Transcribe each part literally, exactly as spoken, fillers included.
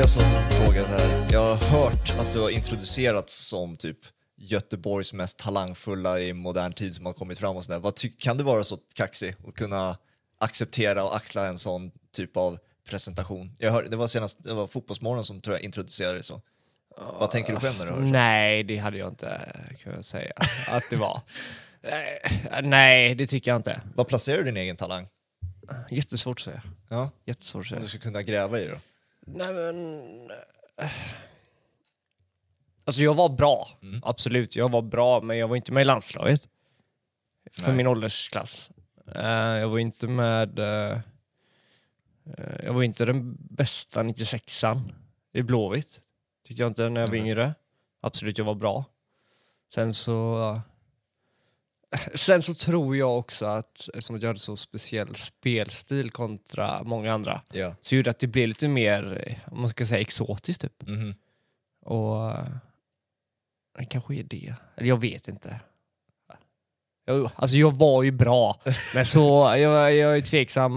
börja som fråga här. Jag har hört att du har introducerats som typ Göteborgs mest talangfulla i modern tid som har kommit fram och sådär. Vad ty- kan du vara så kaxig och kunna acceptera och axla en sån typ av presentation? Jag hör, det var senast det var Fotbollsmorgon som tror jag introducerade det så. Uh, Vad tänker du själv när du hör det? Nej, det hade jag inte kunnat säga att det var. Nej, det tycker jag inte. Vad placerar du din egen talang? Jättesvårt att säga. Ja. Jättesvårt att säga. Om du ska kunna gräva i det då? Nej, men... Alltså jag var bra, mm. absolut. Jag var bra, men jag var inte med i landslaget. För Nej. min åldersklass. Uh, jag var inte med... Uh, jag var inte den bästa nittiosexan i Blåvitt. Tyckte jag inte när jag var mm. yngre. Absolut, jag var bra. Sen så... Uh, sen så tror jag också att, som att jag hade så speciell spelstil kontra många andra, yeah. så gjorde att det blev lite mer, om man ska säga, exotiskt typ. Mm-hmm. Och det kanske är det. Eller jag vet inte. Jag, alltså jag var ju bra, men så jag, jag är tveksam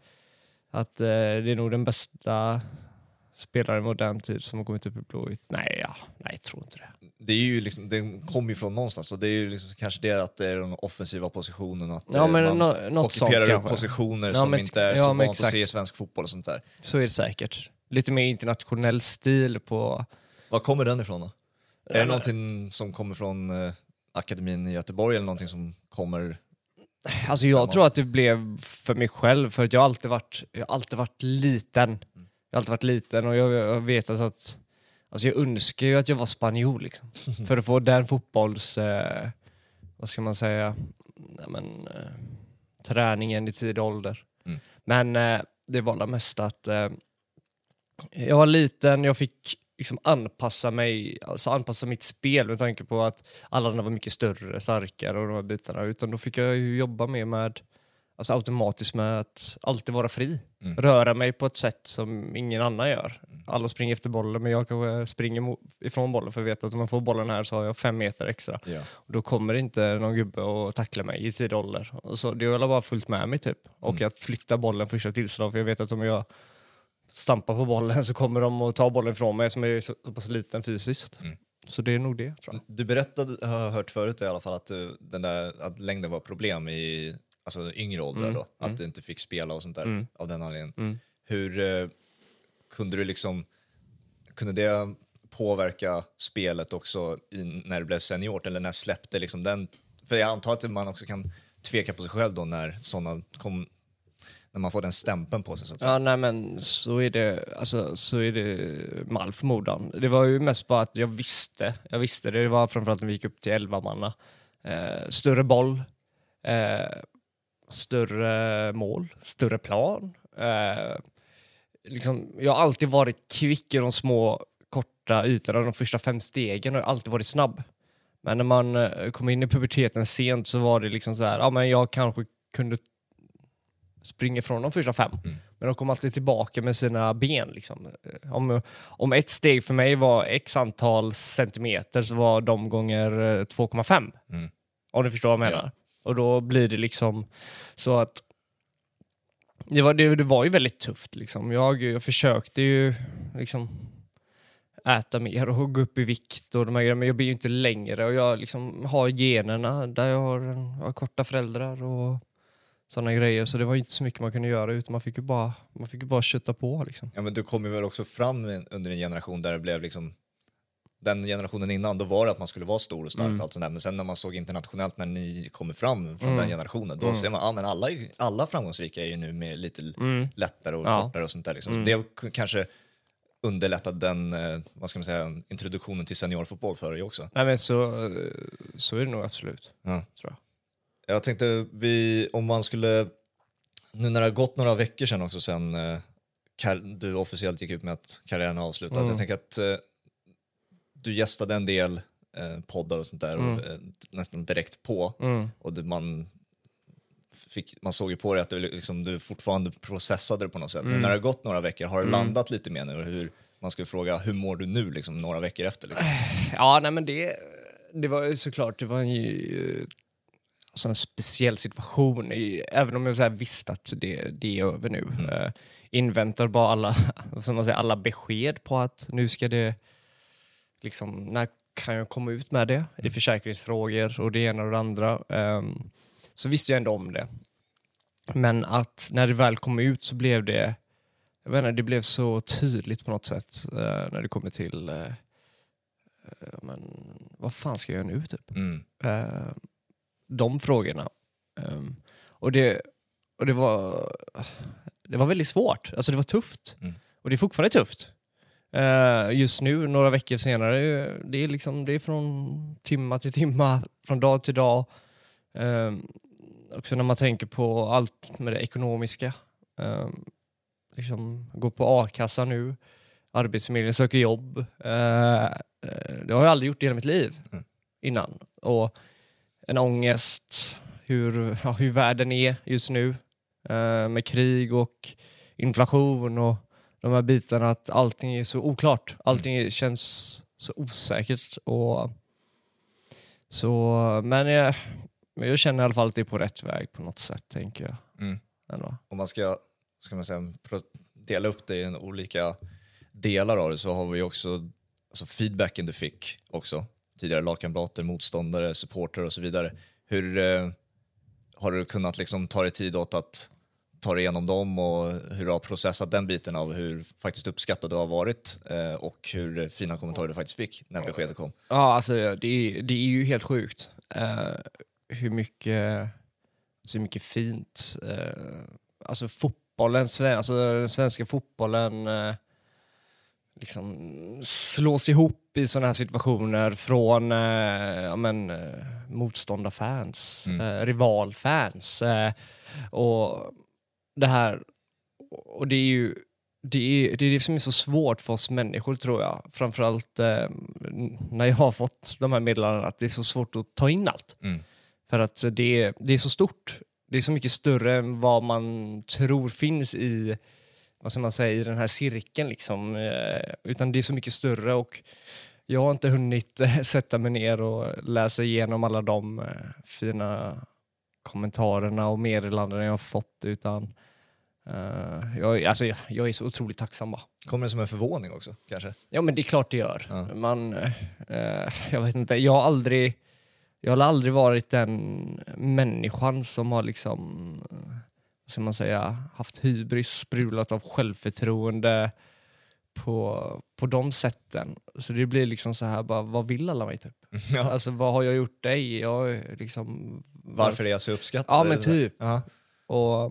att eh, det är nog den bästa spelaren i modern tid som har kommit upp i Blåvitt. Nej, ja, nej, jag tror inte det. Det är ju liksom, det kommer ju från någonstans och det är ju liksom kanske det att det är den offensiva positionen, att ja, men man no, ockuperar sånt, upp positioner ja, som men, inte är ja, så vant exakt. att se i svensk fotboll och sånt där. Så är det säkert. Lite mer internationell stil på... Var kommer den ifrån då? Ja, är det men... någonting som kommer från eh, akademin i Göteborg eller någonting som kommer... Alltså jag tror att det blev för mig själv, för att jag har alltid varit, jag har alltid varit liten. Mm. Jag har alltid varit liten och jag, jag vet att alltså jag önskar ju att jag var spanjor liksom. För att få den fotbolls eh, vad ska man säga, nej men, eh, träningen i tidig ålder. Mm. Men eh, det var det mest att eh, jag var liten, jag fick liksom anpassa mig, alltså anpassa mitt spel med tanke på att alla andra var mycket större, starkare och de här bitarna, utan då fick jag ju jobba mer med, alltså automatiskt med att alltid vara fri. Mm. Röra mig på ett sätt som ingen annan gör. Alla springer efter bollen, men jag kanske springer ifrån bollen för att veta att om man får bollen här så har jag fem meter extra. Yeah. Och då kommer inte någon gubbe och tackla mig i tidig ålder. Och så det har bara fullt med mig typ. Och mm. att flytta bollen första tillslag, för jag vet att om jag stampar på bollen så kommer de att ta bollen ifrån mig som är så pass liten fysiskt. Mm. Så det är nog det, tror jag. Du berättade, har jag hört förut i alla fall, att, du, den där, att längden var problem i alltså yngre åldrar mm. då. Att mm. du inte fick spela och sånt där mm. av den anledningen. Mm. Hur eh, kunde du liksom, kunde det påverka spelet också i, när du blev senior, eller när släppte liksom den? För jag antar att man också kan tveka på sig själv då när sådana kom, när man får den stämpeln på sig så att säga. Ja, nej men så är det, alltså så är det med all förmodan. Det var ju mest bara att jag visste, jag visste det, det var framförallt när vi gick upp till elva manna. Eh, större boll, eh, större mål, större plan. Eh, liksom, jag har alltid varit kvick i de små korta ytorna, de första fem stegen har jag alltid varit snabb. Men när man eh, kom in i puberteten sent så var det liksom så här, ja men jag kanske kunde springer från de första fem. Mm. Men de kom alltid tillbaka med sina ben. Liksom. Om, om ett steg för mig var x antal centimeter så var de gånger två komma fem. Mm. Om du förstår vad jag menar. Ja. Och då blir det liksom så att det var, det, det var ju väldigt tufft. Liksom. Jag, jag försökte ju liksom äta mer och gå upp i vikt och de här grejerna, men jag blir ju inte längre. Och jag liksom har generna där jag har, jag har korta föräldrar och sådana grejer, så det var inte så mycket man kunde göra utan man fick ju bara, man fick ju bara kötta på liksom. Ja, men du kom ju väl också fram under en generation där det blev liksom, den generationen innan, då var det att man skulle vara stor och stark mm. och allt sånt där, men sen när man såg internationellt när ni kommer fram från mm. den generationen, då mm. ser man, ja men alla, alla framgångsrika är ju nu med lite mm. lättare och ja. kortare och sånt där liksom. Så mm. det kanske underlättade den, vad ska man säga, introduktionen till seniorfotboll för dig också. Nej men så, så är det nog absolut, ja. tror jag. Jag tänkte, vi, om man skulle, nu när det har gått några veckor sedan också sen eh, kar- du officiellt gick ut med att karriären är avslutad. Mm. Jag tänker att eh, du gästade en del eh, poddar och sånt där mm. och, eh, nästan direkt på. Mm. Och det, man, fick, man såg ju på dig att du, liksom, du fortfarande processade det på något sätt. Mm. Men när det har gått några veckor, har det mm. landat lite mer nu? Hur, man skulle fråga, hur mår du nu liksom, några veckor efter? Liksom? Ja, nej men det, det var ju såklart, det var ju... alltså en speciell situation, i, även om jag så här visste att det, det är över nu. Mm. Uh, inväntar bara alla, som man säger, alla besked på att nu ska det, liksom, när kan jag komma ut med det mm. i försäkringsfrågor och det ena och det andra. Um, så visste jag ändå om det. Men att när det väl kom ut så blev det, jag vet inte, det blev så tydligt på något sätt uh, när det kommer till uh, uh, men vad fan ska jag göra nu typ? Mm. Uh, de frågorna. Um, och det och det var det var väldigt svårt. Alltså det var tufft. Mm. Och det är fortfarande tufft. Uh, just nu, några veckor senare, det är liksom, det är från timma till timma, från dag till dag. Um, också när man tänker på allt med det ekonomiska. Um, liksom gå på a-kassa nu, Arbetsförmedlingen söker jobb. Uh, uh, det har jag aldrig gjort i hela mitt liv mm. innan. Och en ångest hur, ja, hur världen är just nu uh, med krig och inflation och de här bitarna, att allting är så oklart. Allting är, känns så osäkert. Och så, men jag, jag känner i alla fall att det är på rätt väg på något sätt, tänker jag. Mm. Om man ska, ska man säga, dela upp det i en olika delar av det, så har vi också alltså feedbacken du fick också. Tidigare lagkamrater, motståndare, supporter och så vidare. Hur eh, har du kunnat liksom ta dig tid åt att ta dig igenom dem, och hur du har processat den biten av hur faktiskt uppskattad du har varit eh, och hur fina kommentarer du faktiskt fick när beskedet kom? Ja, alltså det är, det är ju helt sjukt uh, hur mycket så mycket fint uh, alltså fotbollen, alltså den svenska fotbollen uh, liksom slås ihop i sådana här situationer från uh, ja, men, uh, motståndarfans, mm. uh, rivalfans uh, och det här, och det är ju det är, det är det som är så svårt för oss människor, tror jag. Framförallt eh, när jag har fått de här meddelandena, att det är så svårt att ta in allt. Mm. För att det, det är så stort. Det är så mycket större än vad man tror finns i, vad ska man säga, i den här cirkeln liksom. Eh, utan det är så mycket större, och jag har inte hunnit eh, sätta mig ner och läsa igenom alla de eh, fina kommentarerna och meddelanden jag har fått, utan Uh, jag, alltså, jag, jag är så otroligt tacksam. Va? Kommer det som en förvåning också, kanske? Ja, men det är klart det gör. Ja. Man, uh, jag vet inte, jag har aldrig jag har aldrig varit den människan som har liksom, vad ska man säga, haft hybris, sprulat av självförtroende på, på de sätten. Så det blir liksom så här, bara, vad vill alla mig typ? Ja. Alltså, vad har jag gjort dig? Jag, liksom, varför, varför är jag så uppskattad? Ja, men typ. Ja. Och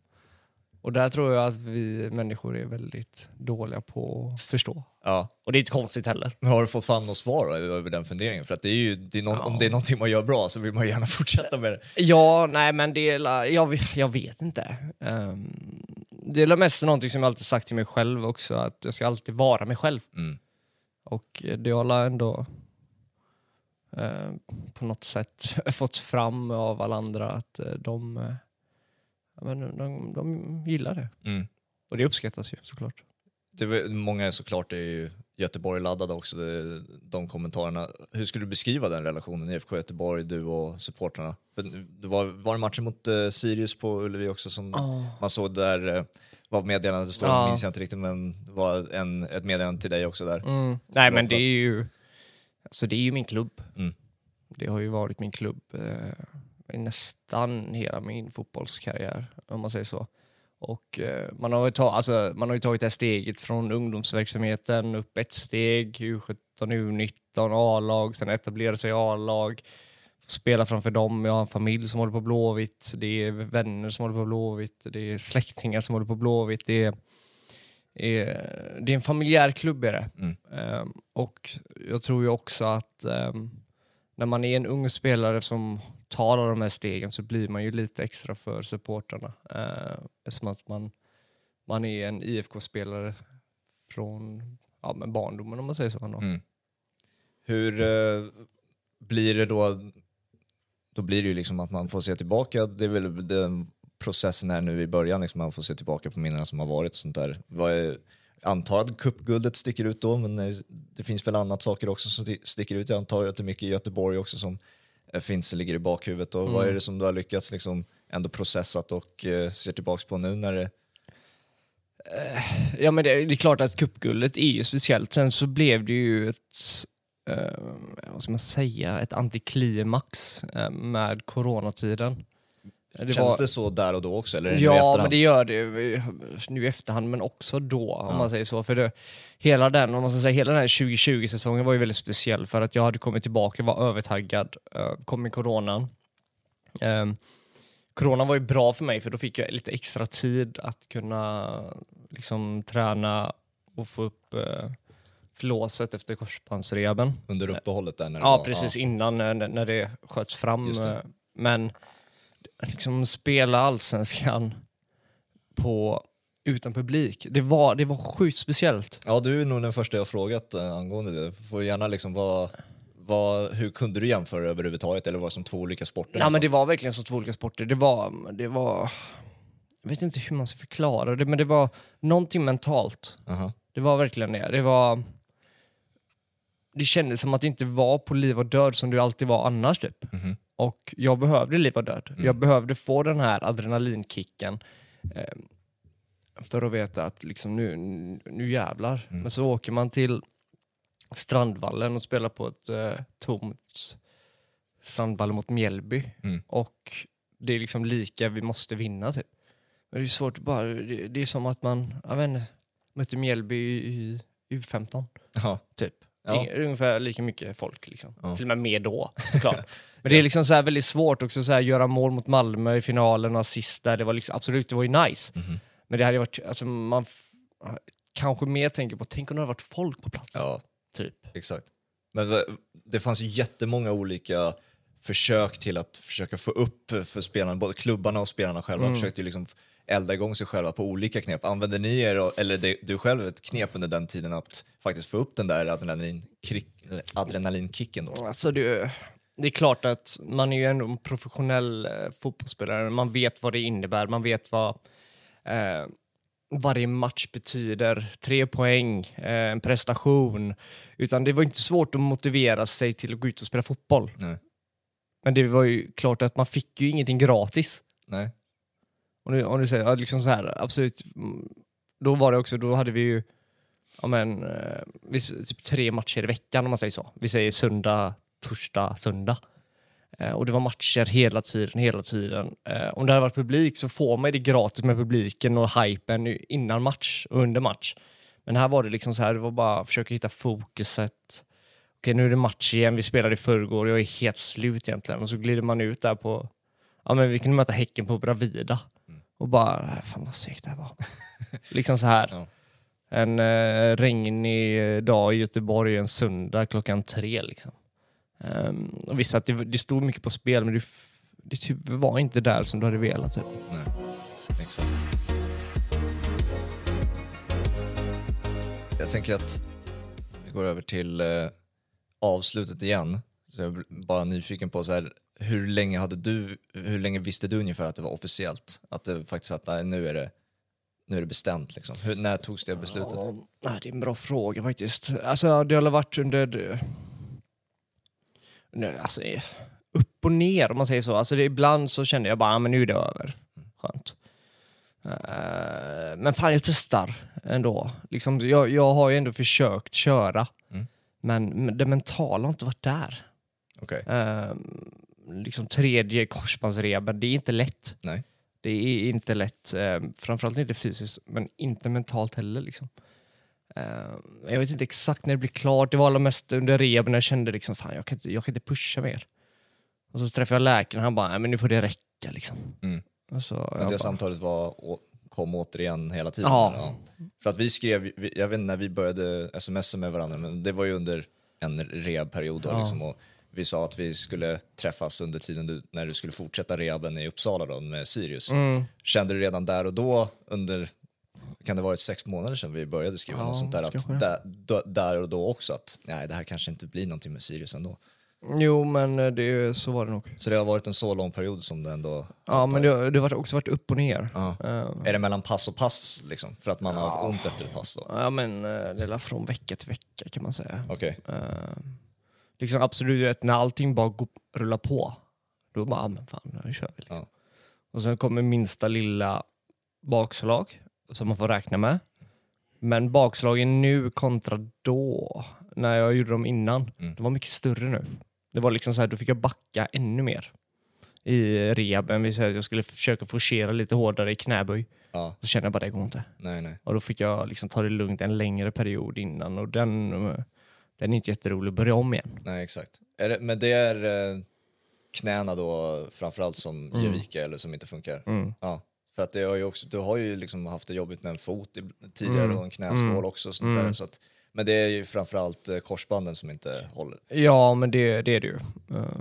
Och där tror jag att vi människor är väldigt dåliga på att förstå. Ja. Och det är inte konstigt heller. Men har du fått fram något svar då, över den funderingen? För att det är ju, det är någon, ja. om det är någonting man gör bra så vill man gärna fortsätta med det. Ja, nej men det är, jag, jag vet inte. Um, det är mest någonting som jag alltid sagt till mig själv också, att jag ska alltid vara mig själv. Mm. Och det har ändå uh, på något sätt fått fram av alla andra att uh, de... Uh, Men de, de gillar det. Mm. Och det uppskattas ju såklart. Det är, många är såklart är ju Göteborg laddade också, det, de kommentarerna. Hur skulle du beskriva den relationen i F K Göteborg, du och supportrarna? För det var, var det matchen mot uh, Sirius på Ullevi också som oh. man såg där, uh, var meddelande det stod, oh. minns jag inte riktigt, men det var en, ett meddelande till dig också där. Mm. Nej, men det är ju alltså det är ju min klubb. Mm. Det har ju varit min klubb uh, i nästan hela min fotbollskarriär, om man säger så. Och eh, man har ju tagit, alltså, man har ju tagit det steget från ungdomsverksamheten upp ett steg, U sjutton, U nitton, A-lag, sen etablerar sig A-lag, spela framför dem. Jag har en familj som håller på Blåvitt, det är vänner som håller på Blåvitt, det är släktingar som håller på Blåvitt, det är, är, det är en familjär klubb är det. Mm. Um, och jag tror ju också att um, när man är en ung spelare som tar alla de här stegen, så blir man ju lite extra för supporterna. Uh, eftersom att man, man är en I F K-spelare från ja, men barndomen, om man säger så. Mm. Hur uh, blir det då? Då blir det ju liksom att man får se tillbaka. Det är väl den processen här nu i början, liksom man får se tillbaka på minnen som har varit och sånt där. Vad är, antar att cupguldet sticker ut då, men det finns väl annat saker också som sticker ut. Jag antar att det är mycket i Göteborg också som finns ligger i bakhuvudet. Och Mm. vad är det som du har lyckats liksom ändå processat och uh, ser tillbaka på nu när det... Ja, men det, det är klart att cupguldet är ju speciellt. Sen så blev det ju ett, eh, vad ska man säga, ett antiklimax eh, med coronatiden. Det Känns var... det så där och då också? Eller ja, nu i efterhand? Men det gör det nu i efterhand, men också då, om ja. man säger så. För det, hela den, om man ska säga, hela den här tjugo tjugo-säsongen var ju väldigt speciell för att jag hade kommit tillbaka, var övertaggad, kom i coronan. Um, Corona var ju bra för mig för då fick jag lite extra tid att kunna liksom träna och få upp uh, flåset efter korsbandsreben. Under uppehållet där? När ja, var, precis ja. innan när, när det sköts fram. Det. Men liksom spela allsvenskan på utan publik. Det var, det var sjukt speciellt. Ja, du är nog den första jag har frågat äh, angående det. Får gärna liksom vara... Vad, hur kunde du jämföra överhuvudtaget eller var det som två olika sporter? Nej, men det var verkligen som två olika sporter. Det var, det var, jag vet inte hur man ska förklara det, men det var någonting mentalt. Uh-huh. Det var verkligen det. Det var, det kändes som att det inte var på liv och död som det alltid var annars typ. Uh-huh. Och jag behövde liv och död. Mm. Jag behövde få den här adrenalinkicken eh, för att veta att liksom nu, nu jävlar. Mm. Men så åker man till Strandvallen och spelar på ett eh, tomt Strandvallen mot Mjällby. Mm. Och det är liksom lika, vi måste vinna typ. Men det är svårt bara, det, det är som att man, jag vet inte, möter Mjällby i, i U femton. Ja. Typ. Ja. Ungefär lika mycket folk liksom. Ja. Till och med mer då, såklart. Men det är liksom så här väldigt svårt också så här, göra mål mot Malmö i finalen och assist där. Det var liksom, absolut, det var ju nice. Mm-hmm. Men det hade varit, alltså man f- kanske mer tänker på, tänk om det hade varit folk på plats. Ja, typ. Exakt. Men det fanns ju jättemånga olika försök till att försöka få upp för spelarna, både klubbarna och spelarna själva mm. försökte ju liksom elda igång sig själva på olika knep. Använde ni er, eller det, du själv, ett knep under den tiden att faktiskt få upp den där adrenalin, adrenalinkicken då? Alltså det, det är klart att man är ju ändå en professionell eh, fotbollsspelare. Man vet vad det innebär. Man vet vad eh, varje match betyder. Tre poäng, eh, en prestation. Utan det var inte svårt att motivera sig till att gå ut och spela fotboll. Nej. Men det var ju klart att man fick ju ingenting gratis. Nej. Om du, om du säger, liksom så här, absolut. Då var det också, då hade vi ju ja men, vi, typ tre matcher i veckan om man säger så. Vi säger söndag, torsdag, söndag. Eh, och det var matcher hela tiden, hela tiden. Eh, om det hade varit publik så får man det gratis med publiken och hypen innan match och under match. Men här var det liksom så här, det var bara att försöka hitta fokuset. Okej, nu är det match igen, vi spelade i förrgår, jag är helt slut egentligen. Och så glider man ut där på, ja men vi kunde möta Häcken på Bravida. Mm. Och bara, fan vad segt det här var. liksom så här. Ja. En eh, regnig dag i Göteborg en söndag klockan tre liksom. Um, och visst att det, det stod mycket på spel, men det, det typ var inte där som du hade velat typ. Nej, exakt. Jag tänker att vi går över till eh, avslutet igen. Så jag är bara nyfiken på så här, hur länge hade du, hur länge visste du ungefär att det var officiellt? Att det faktiskt att nej, nu är det nu är det bestämt liksom. Hur, när togs det beslutet? Ja, det är en bra fråga faktiskt. Alltså det har varit under alltså upp och ner om man säger så. Alltså det, ibland så kände jag bara, ah, men nu är det över. Skönt. Uh, men fan jag testar ändå. Liksom, jag, jag har ju ändå försökt köra. Mm. Men det mentala har inte varit där. Okay. Uh, liksom tredje korsbandsreben, det är inte lätt. Nej. Det är inte lätt. Uh, framförallt inte fysiskt, men inte mentalt heller liksom. Uh, jag vet inte exakt när det blir klart. Det var alla mest under reben när jag kände liksom, fan jag kan inte, jag kan inte pusha mer. Och så träffade jag läkaren och han bara, nej men nu får det räcka liksom. Mm. Och så, men det bara... samtalet var, kom återigen hela tiden. Ja. Ja. För att vi skrev, jag vet inte när vi började smsa med varandra, men det var ju under en rehabperiod då, ja. Liksom, och vi sa att vi skulle träffas under tiden du, när du skulle fortsätta rehaben i Uppsala då, med Sirius. Mm. Kände du redan där och då under, kan det ha varit sex månader sedan vi började skriva ja, något sånt där, att där, d- där och då också att nej, det här kanske inte blir någonting med Sirius ändå. Jo, men det, så var det nog. Så det har varit en så lång period som det ändå... Ja, men det, det har också varit upp och ner. Ja. Uh. Är det mellan pass och pass liksom? För att man ja. har ont efter ett pass då? Ja, men det är från vecka till vecka kan man säga. Okej. Okay. Uh, liksom absolut, när allting bara går, rullar på, då bara, ah, men fan, nu kör vi. Liksom. Ja. Och sen kommer minsta lilla bakslag som man får räkna med. Men bakslagen nu kontra då, när jag gjorde dem innan, Mm. de var mycket större nu. Det var liksom så här, då fick jag backa ännu mer i rehaben. Vi säger att jag skulle försöka forcera lite hårdare i knäböj. Ja. Så kände jag bara, det går inte. Nej, nej. Och då fick jag liksom ta det lugnt en längre period innan. Och den, den är inte jätterolig att börja om igen. Nej, exakt. Är det, men det är eh, knäna då framförallt som Mm. ger vika eller som inte funkar. Mm. Ja. För att det har ju också, du har ju liksom haft det jobbigt med en fot i, tidigare Mm. och en knäskål Mm. också. Och sånt Mm. där, så att, men det är ju framförallt eh, korsbanden som inte håller. Ja, men det, det är det ju. Uh,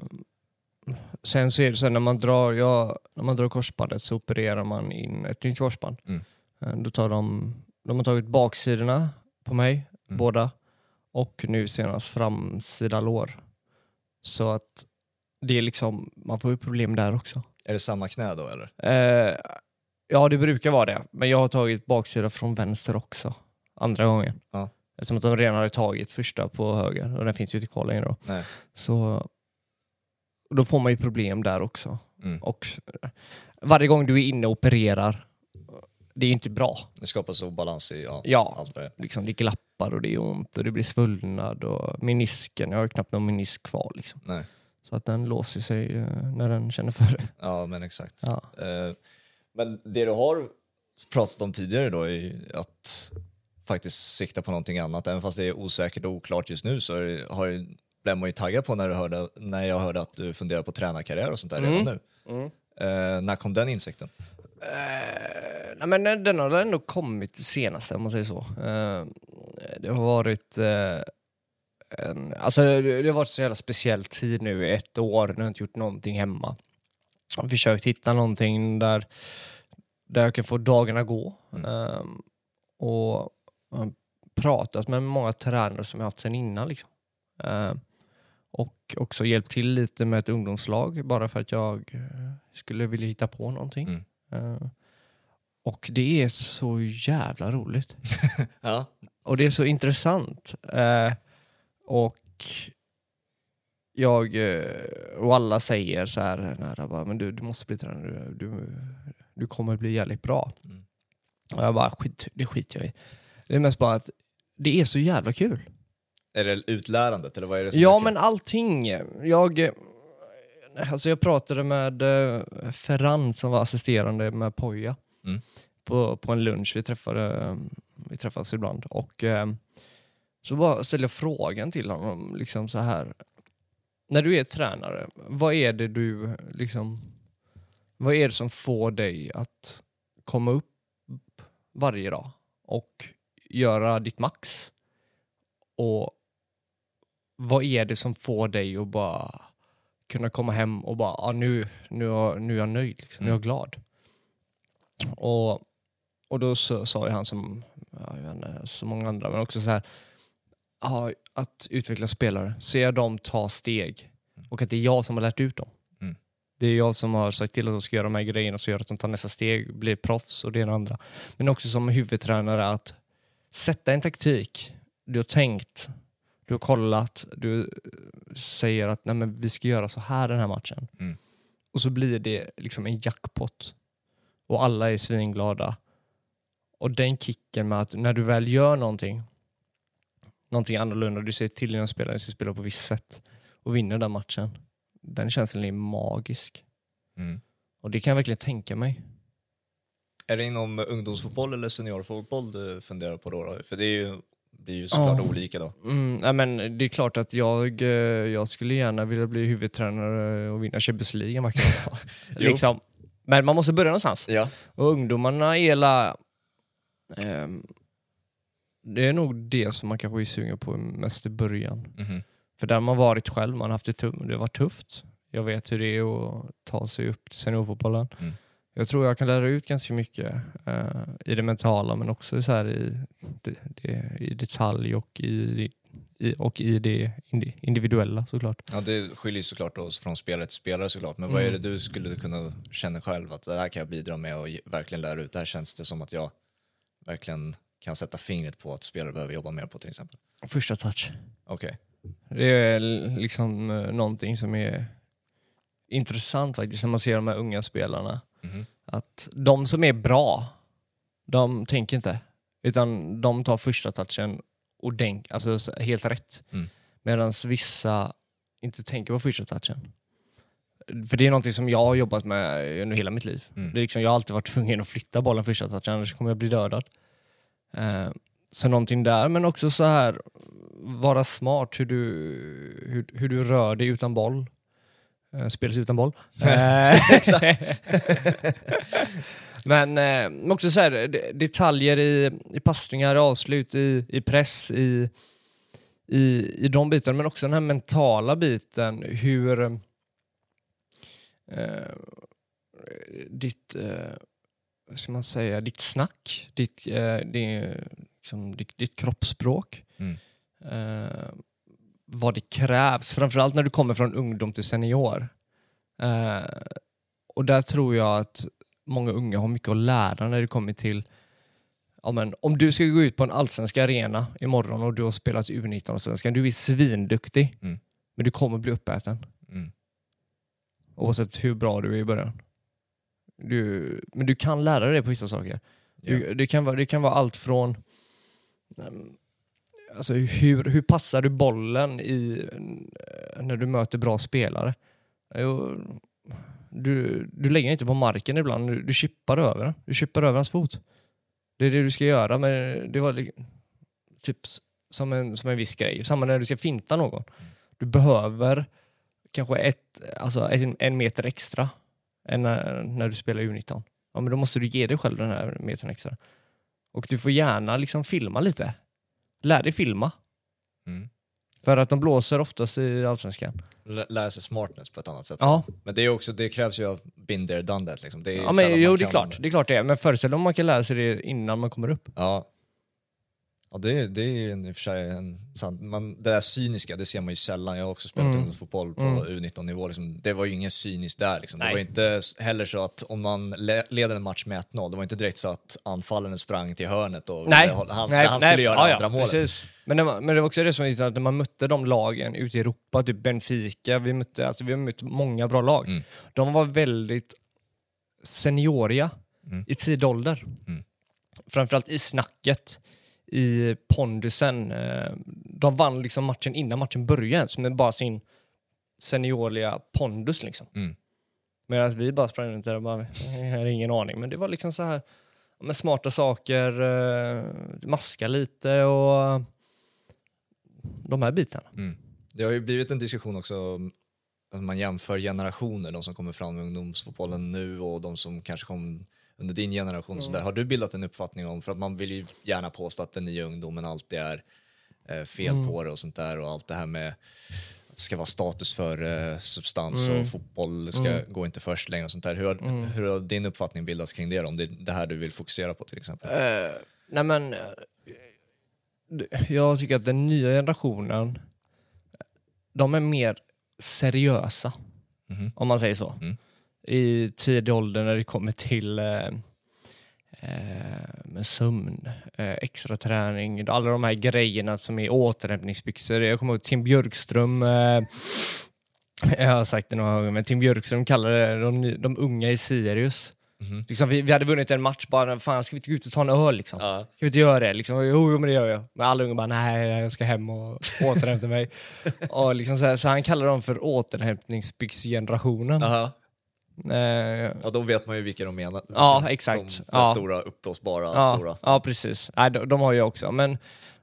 sen så är det så här, när man drar, ja, när man drar korsbandet så opererar man in ett nytt korsband. Mm. Uh, då tar de, de har tagit baksidorna på mig, Mm. båda. Och nu senast framsida lår. Så att det är liksom, man får ju problem där också. Är det samma knä då eller? Uh, ja, det brukar vara det. Men jag har tagit baksida från vänster också. Andra gången. Ja. Eftersom att de redan hade tagit första på höger. Och den finns ju inte kvar längre då. Nej. Så då får man ju problem där också. Mm. Och varje gång du är inne och opererar, det är inte bra. Det skapas obalans i ja, Ja, allt vad det är. liksom det glappar och det är ont och det blir svullnad och menisken, jag har knappt någon menisk kvar liksom. Nej. Så att den låser sig eh, när den känner för det. Ja, men exakt. Ja. Eh, men det du har pratat om tidigare då är att faktiskt sikta på någonting annat. Även fast det är osäkert och oklart just nu så är det, har, blev man ju taggad på när, du hörde, när jag hörde att du funderar på tränarkarriär och sånt där redan Mm. nu. Mm. Eh, när kom den insikten? Eh, nej, men den har ändå kommit senast, om man säger så. Eh, det har varit eh, en, alltså det, det har varit så jävla speciell tid nu i ett år. Nu har jag inte gjort någonting hemma. Jag har försökt hitta någonting där, där jag kan få dagarna gå. Mm. Eh, och jag pratat med många tränare som jag haft sedan innan liksom. Eh, och också hjälpt till lite med ett ungdomslag bara för att jag eh, skulle vilja hitta på någonting. Mm. Uh, och det är så jävla roligt. Ja. Och det är så intressant. Uh, och jag uh, och alla säger så här, nära, bara, men du, du måste bli tränare. Du, du, du kommer bli jävligt bra. Mm. Och jag bara, skit, det skiter jag i. Det är mest bara att det är så jävla kul. Är det utlärandet eller vad är det som Ja, är kul? men allting. Jag, alltså jag pratade med uh, Ferran som var assisterande med Poja Mm. på, på en lunch. Vi träffade vi träffas ibland. Och uh, så bara ställde jag frågan till honom liksom så här. När du är tränare, vad är det du liksom, vad är det som får dig att komma upp varje dag och göra ditt max? Och vad är det som får dig att bara kunna komma hem och bara, ah, nu, nu, nu är jag nöjd, liksom. Nu är jag glad. Och, och då så, sa ju han som, ja, jag vet inte, så många andra, men också så här, ah, att utveckla spelare, se dem ta steg och att det är jag som har lärt ut dem. Mm. Det är jag som har sagt till att de ska göra de här grejerna så gör att de tar nästa steg, blir proffs och det ena andra. Men också som huvudtränare att sätta en taktik. Du har tänkt, du har kollat, du säger att nej, men vi ska göra så här den här matchen. Mm. Och så blir det liksom en jackpot. Och alla är svinglada. Och den kicken med att när du väl gör någonting, någonting annorlunda, du säger till dina spelare att de ska spela på visst sätt och vinner den matchen. Den känslan är magisk. Mm. Och det kan jag verkligen tänka mig. Är det inom ungdomsfotboll eller seniorfotboll du funderar på då? då? För det är ju, blir ju såklart Oh. olika då. Mm, ja, men det är klart att jag, jag skulle gärna vilja bli huvudtränare och vinna Champions League. liksom. Men man måste börja någonstans. Ja. Och ungdomarna är la, ehm, det är nog det som man kanske är sugen på mest i början. Mhm. För där man varit själv, man har haft det, tuff, det var tufft. Jag vet hur det är att ta sig upp till seniorfotbollen. Mm. Jag tror jag kan lära ut ganska mycket uh, i det mentala, men också så här i, det, det, i detalj och i, i, och i det individuella såklart. Ja, det skiljer såklart då från spelare till spelare såklart. Men vad är det du skulle kunna känna själv att det här kan jag bidra med och verkligen lära ut? Det här känns det som att jag verkligen kan sätta fingret på att spelare behöver jobba mer på till exempel. Första touch. Okej. Det är liksom eh, någonting som är intressant faktiskt när man ser de här unga spelarna. Mm. Att de som är bra, de tänker inte. Utan de tar första touchen och denk, alltså helt rätt. Mm. Medan vissa inte tänker på första touchen. För det är någonting som jag har jobbat med under hela mitt liv. Mm. Det är liksom, jag har alltid varit tvungen att flytta bollen första touchen, annars kommer jag bli dödad. Eh, så någonting där, men också så här vara smart hur du, hur, hur du rör dig utan boll. Uh, spelas utan boll. Exakt. Men uh, också så här, de- detaljer i, i passningar, avslut, i, i press, i, i, i de bitarna. Men också den här mentala biten. Hur uh, ditt, uh, vad ska man säga, ditt snack, ditt, uh, det, liksom, ditt, ditt kroppsspråk. Mm. Uh, vad det krävs, framförallt när du kommer från ungdom till senior. Uh, och där tror jag att många unga har mycket att lära när det kommer till, ja, men, om du ska gå ut på en allsvensk arena imorgon och du har spelat U nitton och svenskan, du är svinduktig, Mm. men du kommer bli uppäten. Mm. Oavsett hur bra du är i början. Du, men du kan lära dig på vissa saker. Du, Ja. det, kan vara, det kan vara allt från um, alltså hur, hur passar du bollen i, när du möter bra spelare? Jo, Du, du lägger inte på marken ibland. Du, du chippar över den. Du chippar över hans fot. Det är det du ska göra. Men det var li- typ s- som en, som en viss grej. Samma när du ska finta någon. Du behöver kanske ett, alltså en, en meter extra än när, när du spelar U nitton. Ja, men då måste du ge dig själv den här metern extra. Och du får gärna liksom filma lite. Lär dig filma. Mm. För att de blåser oftast i allsvenskan. L- lära sig smartness på ett annat sätt. Ja, Men det, är också, det krävs ju av been there, done that. Liksom. Det är ja sällan men, jo man det är kan- klart. Det är klart det är. Men föreställ dig om man kan lära sig det innan man kommer upp. Ja, ja det, det är ju en, i och för sig en sant. Man, det där cyniska, det ser man ju sällan. Jag har också spelat Mm. ungdomsfotboll på Mm. U nitton-nivå. Liksom. Det var ju ingen cyniskt där. Liksom. Det Nej. var inte s- heller så att om man le- leder en match med ett noll, det var inte direkt så att anfallaren sprang till hörnet och Nej, det, han, nej, han skulle nej, göra ja, ja, andra målet. precis. Men det, var, men det var också det som visade att när man mötte de lagen ute i Europa, typ Benfica, vi mötte, alltså vi har mött många bra lag. Mm. De var väldigt senioriga Mm. i tidig ålder. Mm. Framförallt i snacket, i pondusen. Eh, De vann liksom matchen innan matchen började, som är bara sin seniorliga pondus liksom. Mm. Medan vi bara sprang runt där och bara, jag har ingen aning. Men det var liksom så här, med smarta saker, eh, maska lite och de här bitarna. Mm. Det har ju blivit en diskussion också om att man jämför generationer, de som kommer fram med ungdomsfotbollen nu och de som kanske kom under din generation. Och så där. Har du bildat en uppfattning om, för att man vill ju gärna påstå att den nya ungdomen alltid är eh, fel Mm. på det och sånt där, och allt det här med att det ska vara status för eh, substans Mm. och fotboll ska Mm. gå inte först längre och sånt där. Hur har, Mm. hur har din uppfattning bildats kring det då? Om det är det här du vill fokusera på till exempel? Uh, nej men, eh, jag tycker att den nya generationen, de är mer seriösa, Mhm. om man säger så. Mm. I tidig ålder när det kommer till eh, eh, med sömn, eh, extra träning, alla de här grejerna som är återhämtningsbyxor. Jag kommer ihåg Tim Björkström, eh, jag har sagt det några gånger, men Tim Björkström kallar det de, ny- de unga i Sirius. Mhm. Liksom, vi, vi hade vunnit en match, bara fan ska vi inte gå ut och ta en öl liksom? Ja. Ska vi inte göra det? Liksom, jo, jo, men det gör jag. Men alla unga bara, nej, jag ska hem och återhämta mig. Och liksom så, här, så han kallar dem för återhämtningsbyxgenerationen. Aha. Eh, Ja, då vet man ju vilka de menar. Ja, exakt. De, de Ja. stora, uppblåsbara, ja, stora. ja, precis. Nej, de, de har jag också. Men eh,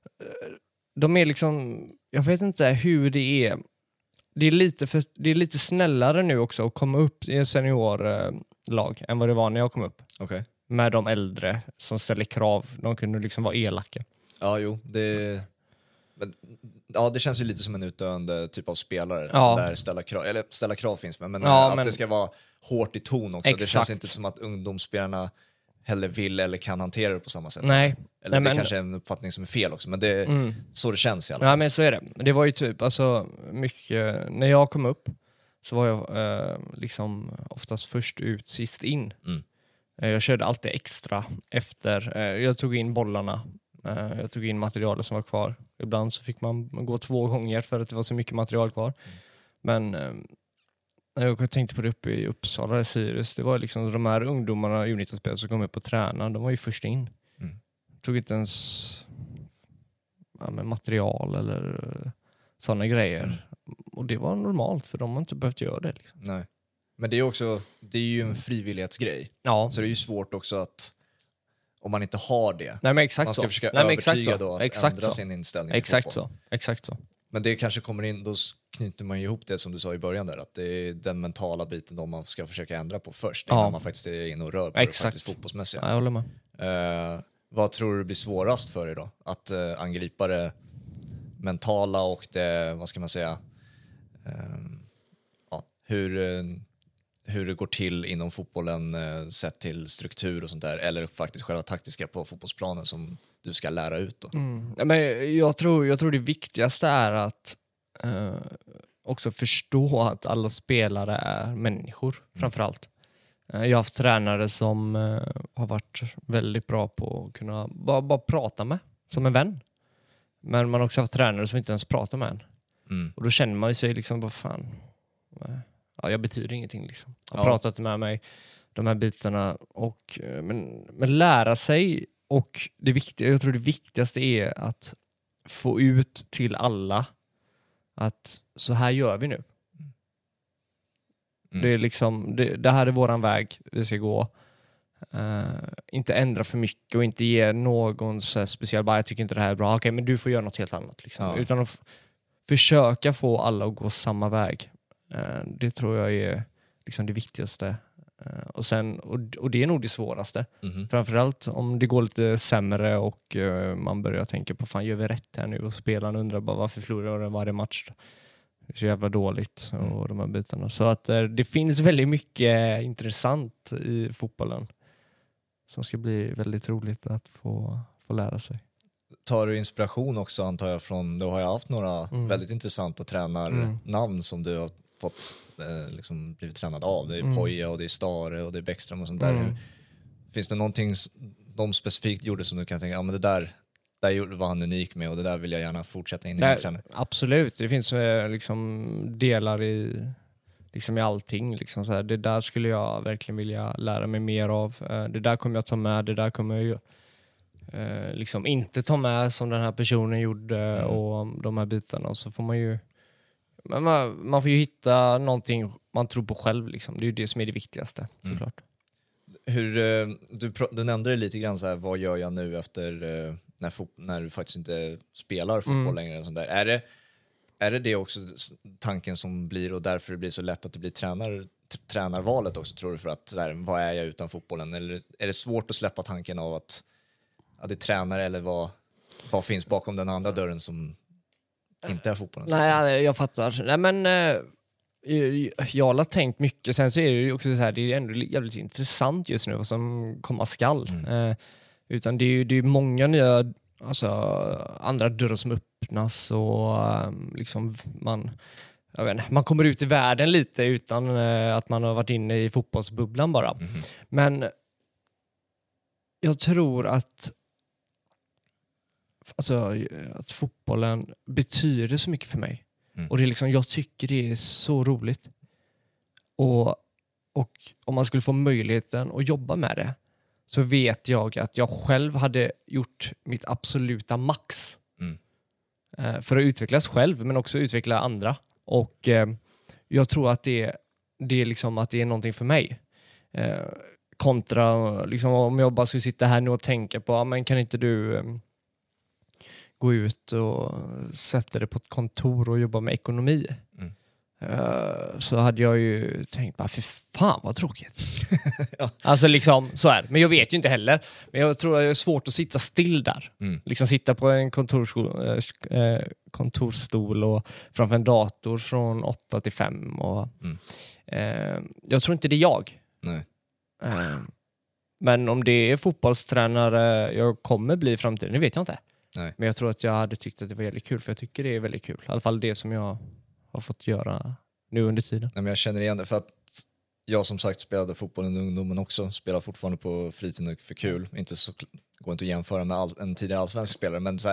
de är liksom, jag vet inte hur det är. Det är lite, för, det är lite snällare nu också att komma upp i en seniorlag än vad det var när jag kom upp. Okej. Med de äldre som ställer krav. De kunde liksom vara elaka. Ja, jo, det... Men, ja, det känns ju lite som en utdöende typ av spelare. Ja. Där ställa krav, eller ställa krav finns med, men Ja, att men- det ska vara hårt i ton också. Det Exakt. känns inte som att ungdomsspelarna heller vill eller kan hantera det på samma sätt. Nej. Eller Nej, det men- kanske är en uppfattning som är fel också, men det är Mm. så det känns i alla fall. Ja, men så är det. Det var ju typ, alltså mycket, när jag kom upp så var jag eh, liksom oftast först ut, sist in. Mm. Eh, jag körde alltid extra efter. Eh, jag tog in bollarna, eh, jag tog in materialet som var kvar. Ibland så fick man gå två gånger för att det var så mycket material kvar. Mm. Men eh, jag tänkte på det uppe i Uppsala, Sirius. Det var liksom de här ungdomarna U nitton-spelare som kom upp och tränade. De var ju först in. Mm. Tog inte ens ja, med material eller sådana grejer. Mm. Och det var normalt för de har inte behövt göra det. Liksom. Nej. Men det är också, det är ju en frivillighetsgrej. Ja. Så det är ju svårt också att om man inte har det. Nej, men exakt man ska så. försöka Nej, men övertyga exakt då att exakt ändra så. sin inställning. Exakt så. Exakt så. Men det kanske kommer in, då knyter man ju ihop det som du sa i början där, att det är den mentala biten då man ska försöka ändra på först innan ja. man faktiskt är in och rör på exakt. det faktiskt fotbollsmässiga. Ja, jag håller med. Uh, vad tror du blir svårast för dig då? Att uh, angripa det mentala och det, vad ska man säga, uh, ja, hur, uh, hur det går till inom fotbollen uh, sett till struktur och sånt där, eller faktiskt själva taktiska på fotbollsplanen som du ska lära ut då? Mm. Men jag, tror, jag tror det viktigaste är att uh, också förstå att alla spelare är människor, mm. framförallt. Uh, jag har haft tränare som uh, har varit väldigt bra på att kunna bara, bara prata med, som en vän. Men man har också haft tränare som inte ens pratar med en. Mm. Och då känner man ju sig liksom, vad fan, ja, jag betyder ingenting liksom. Har ja. pratat med mig, de här bitarna. Och, men, men lära sig. Och det viktiga, jag tror det viktigaste är att få ut till alla att så här gör vi nu. Mm. Det är liksom, det, det här är våran väg vi ska gå. Uh, inte ändra för mycket och inte ge någon så här speciell, bara jag tycker inte det här är bra. Okej, okay, men du får göra något helt annat. Liksom. Ja. Utan att f- försöka få alla att gå samma väg. Uh, det tror jag är liksom det viktigaste. Uh, och, sen, och, och det är nog det svåraste. Mm-hmm. Framförallt om det går lite sämre och uh, man börjar tänka på fan, gör vi rätt här nu? Och spelarna undrar bara varför förlorar de varje match då? Det är så jävla dåligt och mm. de här bitarna. Så att uh, det finns väldigt mycket intressant i fotbollen som ska bli väldigt roligt att få, få lära sig. Tar du inspiration också, antar jag, från, du har ju haft några mm. väldigt intressanta tränarnamn mm. som du har fått eh, liksom blivit tränad av. Det är mm. Poja och det är Stare och det är Bäckström och sånt där. Mm. Finns det någonting de specifikt gjorde som du kan tänka, ja men det där, där var han unik med och det där vill jag gärna fortsätta in i min träning? Absolut, det finns eh, liksom delar i liksom i allting liksom så här. Det där skulle jag verkligen vilja lära mig mer av. Det där kommer jag ta med, det där kommer jag ju eh, liksom inte ta med som den här personen gjorde mm. och de här bitarna. Och så får man ju man, man får ju hitta någonting man tror på själv liksom. Det är ju det som är det viktigaste, såklart. Mm. Hur, du, du nämnde det lite grann så här, vad gör jag nu efter när, fot- när du faktiskt inte spelar fotboll mm. längre och sånt där. Är det Är det det också tanken som blir och därför det blir så lätt att det blir tränar, t- tränarvalet också, tror du, för att där, vad är jag utan fotbollen? Eller är det svårt att släppa tanken av att, att det är tränare eller vad, vad finns bakom den andra dörren som inte är fotbollen? Nej, jag fattar. Nej, men eh, jag har tänkt mycket. Sen så är det ju också så här, det är ändå jävligt intressant just nu vad som komma skall. Mm. Eh, utan det är ju det är många nya alltså, andra dörrar som öppnas och um, liksom man, jag vet inte, man kommer ut i världen lite utan uh, att man har varit inne i fotbollsbubblan bara. Mm. Men jag tror att alltså, att fotbollen betyder så mycket för mig. Mm. Och det är liksom, jag tycker det är så roligt. Och, och om man skulle få möjligheten att jobba med det, så vet jag att jag själv hade gjort mitt absoluta max mm. eh, för att utvecklas själv, men också utveckla andra. Och eh, jag tror att det, det är liksom att det är någonting för mig. Eh, kontra liksom, om jag bara skulle sitta här nu och tänka på, men kan inte du eh, gå ut och sätta det på ett kontor och jobba med ekonomi? Mm. Uh, så hade jag ju tänkt bara, för fan vad tråkigt. Ja. Alltså liksom så här. Men jag vet ju inte heller. Men jag tror att det är svårt att sitta still där. Mm. Liksom sitta på en kontorsstol, äh, kontorsstol och framför en dator från åtta till fem. Och, mm. äh, jag tror inte det är jag. Nej. Uh, men om det är fotbollstränare jag kommer bli i framtiden, det vet jag inte. Nej. Men jag tror att jag hade tyckt att det var väldigt kul. För jag tycker det är väldigt kul. I alla fall det som jag har fått göra nu under tiden. Nej, men jag känner igen det, för att jag som sagt spelade fotboll under ungdomen också, spelar fortfarande på fritiden för kul. Inte så, går inte att jämföra med all, en tidigare allsvensk spelare, men så här,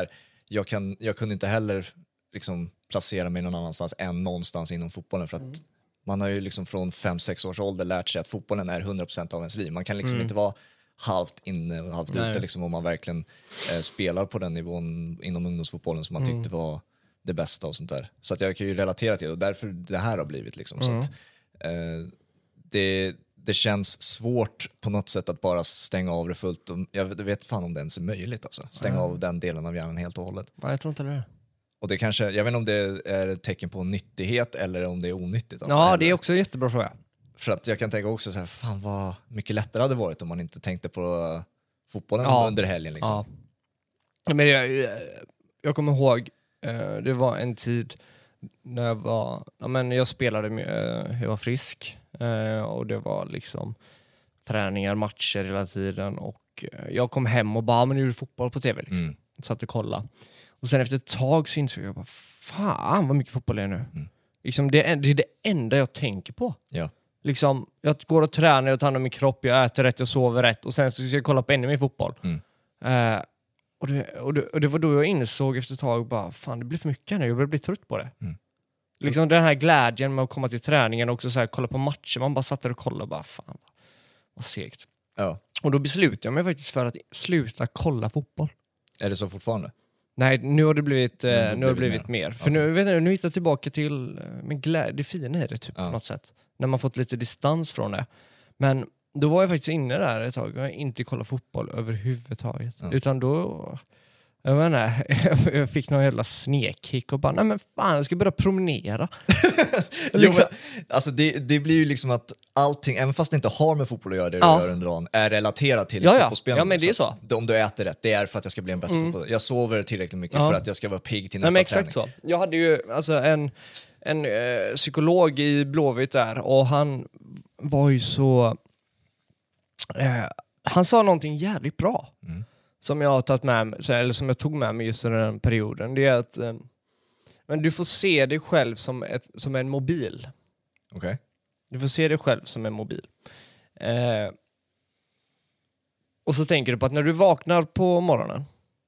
jag, kan, jag kunde inte heller liksom placera mig någon annanstans än någonstans inom fotbollen för att mm. man har ju liksom från fem sex års ålder lärt sig att fotbollen är hundra procent av ens liv. Man kan liksom mm. inte vara halvt inne och halvt Nej. ute liksom, om man verkligen eh, spelar på den nivån inom ungdomsfotbollen som man mm. tyckte var det bästa och sånt där. Så att jag kan ju relatera till det och därför det här har blivit liksom. Mm. Så att, eh, det, det känns svårt på något sätt att bara stänga av det fullt. Och jag vet fan om det ens är möjligt alltså. Stänga mm. av den delen av hjärnan helt och hållet. Ja, jag tror inte det. Och det kanske, jag vet inte om det är ett tecken på nyttighet eller om det är onyttigt. Alltså. Ja, det är också en jättebra fråga. För att jag kan tänka också så här, fan vad mycket lättare hade varit om man inte tänkte på fotbollen ja. under helgen liksom. Ja. Men jag, jag kommer ihåg, det var en tid när jag var, ja men jag spelade med, jag var frisk och det var liksom träningar, matcher hela tiden och jag kom hem och bara, men nu är det fotboll på tv liksom. Mm. Så att du kolla. Och sen efter ett tag så insåg jag bara, fan vad mycket fotboll det är nu. Mm. Liksom det, är, det är det enda jag tänker på. Ja. Liksom, jag går och tränar, jag tar hand om min kropp, jag äter rätt, jag sover rätt och sen så ska jag kolla på ännu mer fotboll. Mm. Uh, och, det, och, det, och det var då jag insåg efter ett tag bara, fan det blir för mycket nu, jag börjar bli trött på det. Mm. Liksom den här glädjen med att komma till träningen och också så här, kolla på matcher, man bara satt där och kollade och bara, fan vad segt. Ja. Och då beslutade jag mig faktiskt för att sluta kolla fotboll. Är det så fortfarande? Nej, nu har det blivit, eh, nu blivit har det blivit mer. mer. För okay. nu, vet du, nu hittar jag tillbaka till men glädje, det fina i det typ, ja. på något sätt. När man fått lite distans från det. Men då var jag faktiskt inne där ett tag och jag inte kollat fotboll överhuvudtaget. Ja. Utan då, jag menar, jag fick någon jävla snekkick och bara, nej men fan, jag ska börja promenera. liksom. Jo, men, alltså det, det blir ju liksom att allting, även fast det inte har med fotboll att göra det ja. du gör under dagen, är relaterat till ja, ja. fotbollsspelande. Ja, men det är så. så. Om du äter rätt, det är för att jag ska bli en bättre mm. fotboll. Jag sover tillräckligt mycket ja. för att jag ska vara pigg till nästa nej, men exakt träning. Så. Jag hade ju alltså en, en eh, psykolog i Blåvitt där och han var ju så... Eh, han sa någonting jävligt bra. Mm. Som jag har tagit med mig, eller som jag tog med mig just under den perioden, det är att eh, men du får se dig själv som, ett, som en mobil. Okej. Okay. Du får se dig själv som en mobil. Eh, och så tänker du på att när du vaknar på morgonen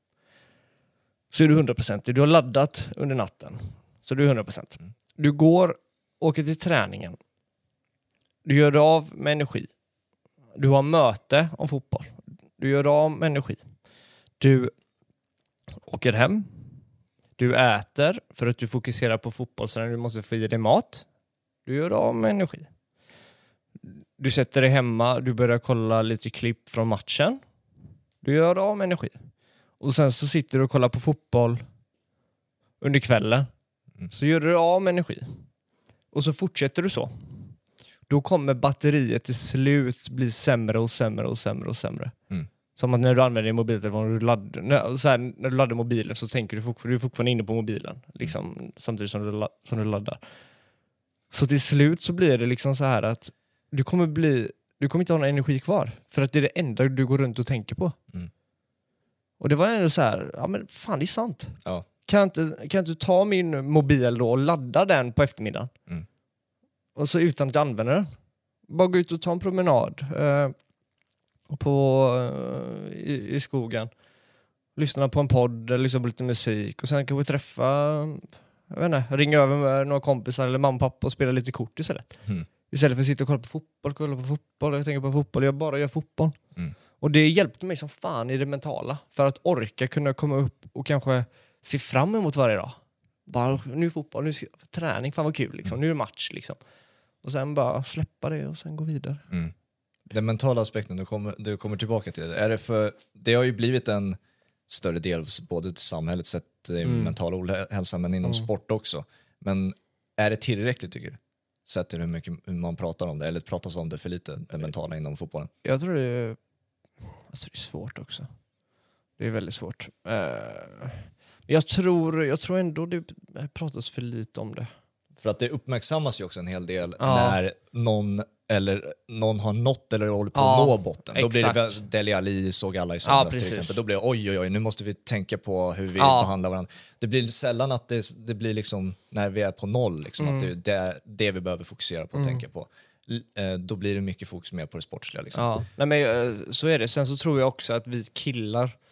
så är du hundra procent. Du har laddat under natten. Så du är hundra procent. Mm. Du går, åker till träningen. Du gör det av med energi. Du har möte om fotboll. Du gör det av med energi. Du åker hem. Du äter för att du fokuserar på fotboll så du måste få i dig mat. Du gör det av med energi. Du sätter dig hemma. Du börjar kolla lite klipp från matchen. Du gör det av med energi. Och sen så sitter du och kollar på fotboll under kvällen. Mm. Så gör du det av med energi. Och så fortsätter du så. Då kommer batteriet till slut bli sämre och sämre och sämre och sämre. Mm. Som att när du använder din mobiltelefon och du laddar, när, så här, när du laddar mobilen så tänker du fortfarande, du är fortfarande inne på mobilen. Liksom, mm. Samtidigt som du, som du laddar. Så till slut så blir det liksom så här att du kommer bli, du kommer inte ha någon energi kvar. För att det är det enda du går runt och tänker på. Mm. Och det var ändå så här, ja men fan det är sant. Ja. Kan inte, kan inte ta min mobil då och ladda den på eftermiddagen? Mm. Och så utan att jag använder den. Bara gå ut och ta en promenad. Eh, på, eh, i, i skogen. Lyssna på en podd eller lyssna på lite musik. Och sen kanske träffa, jag vet inte, ringa över med några kompisar eller mamma och pappa och spela lite kort istället. Mm. Istället för att sitta och kolla på fotboll, kolla på fotboll. Jag tänker på fotboll, jag bara gör fotboll. Mm. Och det hjälpte mig som fan i det mentala. För att orka kunna komma upp och kanske se fram emot varje dag. Bara, nu är fotboll, nu är träning, fan vad kul liksom. Mm. Nu är det match liksom. Och sen bara släppa det och sen gå vidare. Mm. Den mentala aspekten du kommer, du kommer tillbaka till. Är det, för, det har ju blivit en större del både till samhället sett i mm. mental ohälsa men inom mm. sport också. Men är det tillräckligt tycker du? Sett till hur mycket hur man pratar om det eller pratas om det för lite, det mentala inom fotbollen? Jag tror det är, alltså det är svårt också. Det är väldigt svårt. Uh, jag, tror, jag tror ändå det pratas för lite om det. För att det uppmärksammas ju också en hel del ja. när någon eller någon har nått eller håller på ja, att nå botten. Då exakt. blir det Dele Alli såg alla i somras ja, till exempel. Då blir det oj oj oj, nu måste vi tänka på hur vi ja. behandlar varandra. Det blir sällan att det, det blir liksom när vi är på noll liksom, mm. att det, det är det vi behöver fokusera på och mm. tänka på. Då blir det mycket fokus mer på det sportsliga liksom. Ja, nej men så är det. Sen så tror jag också att vi killar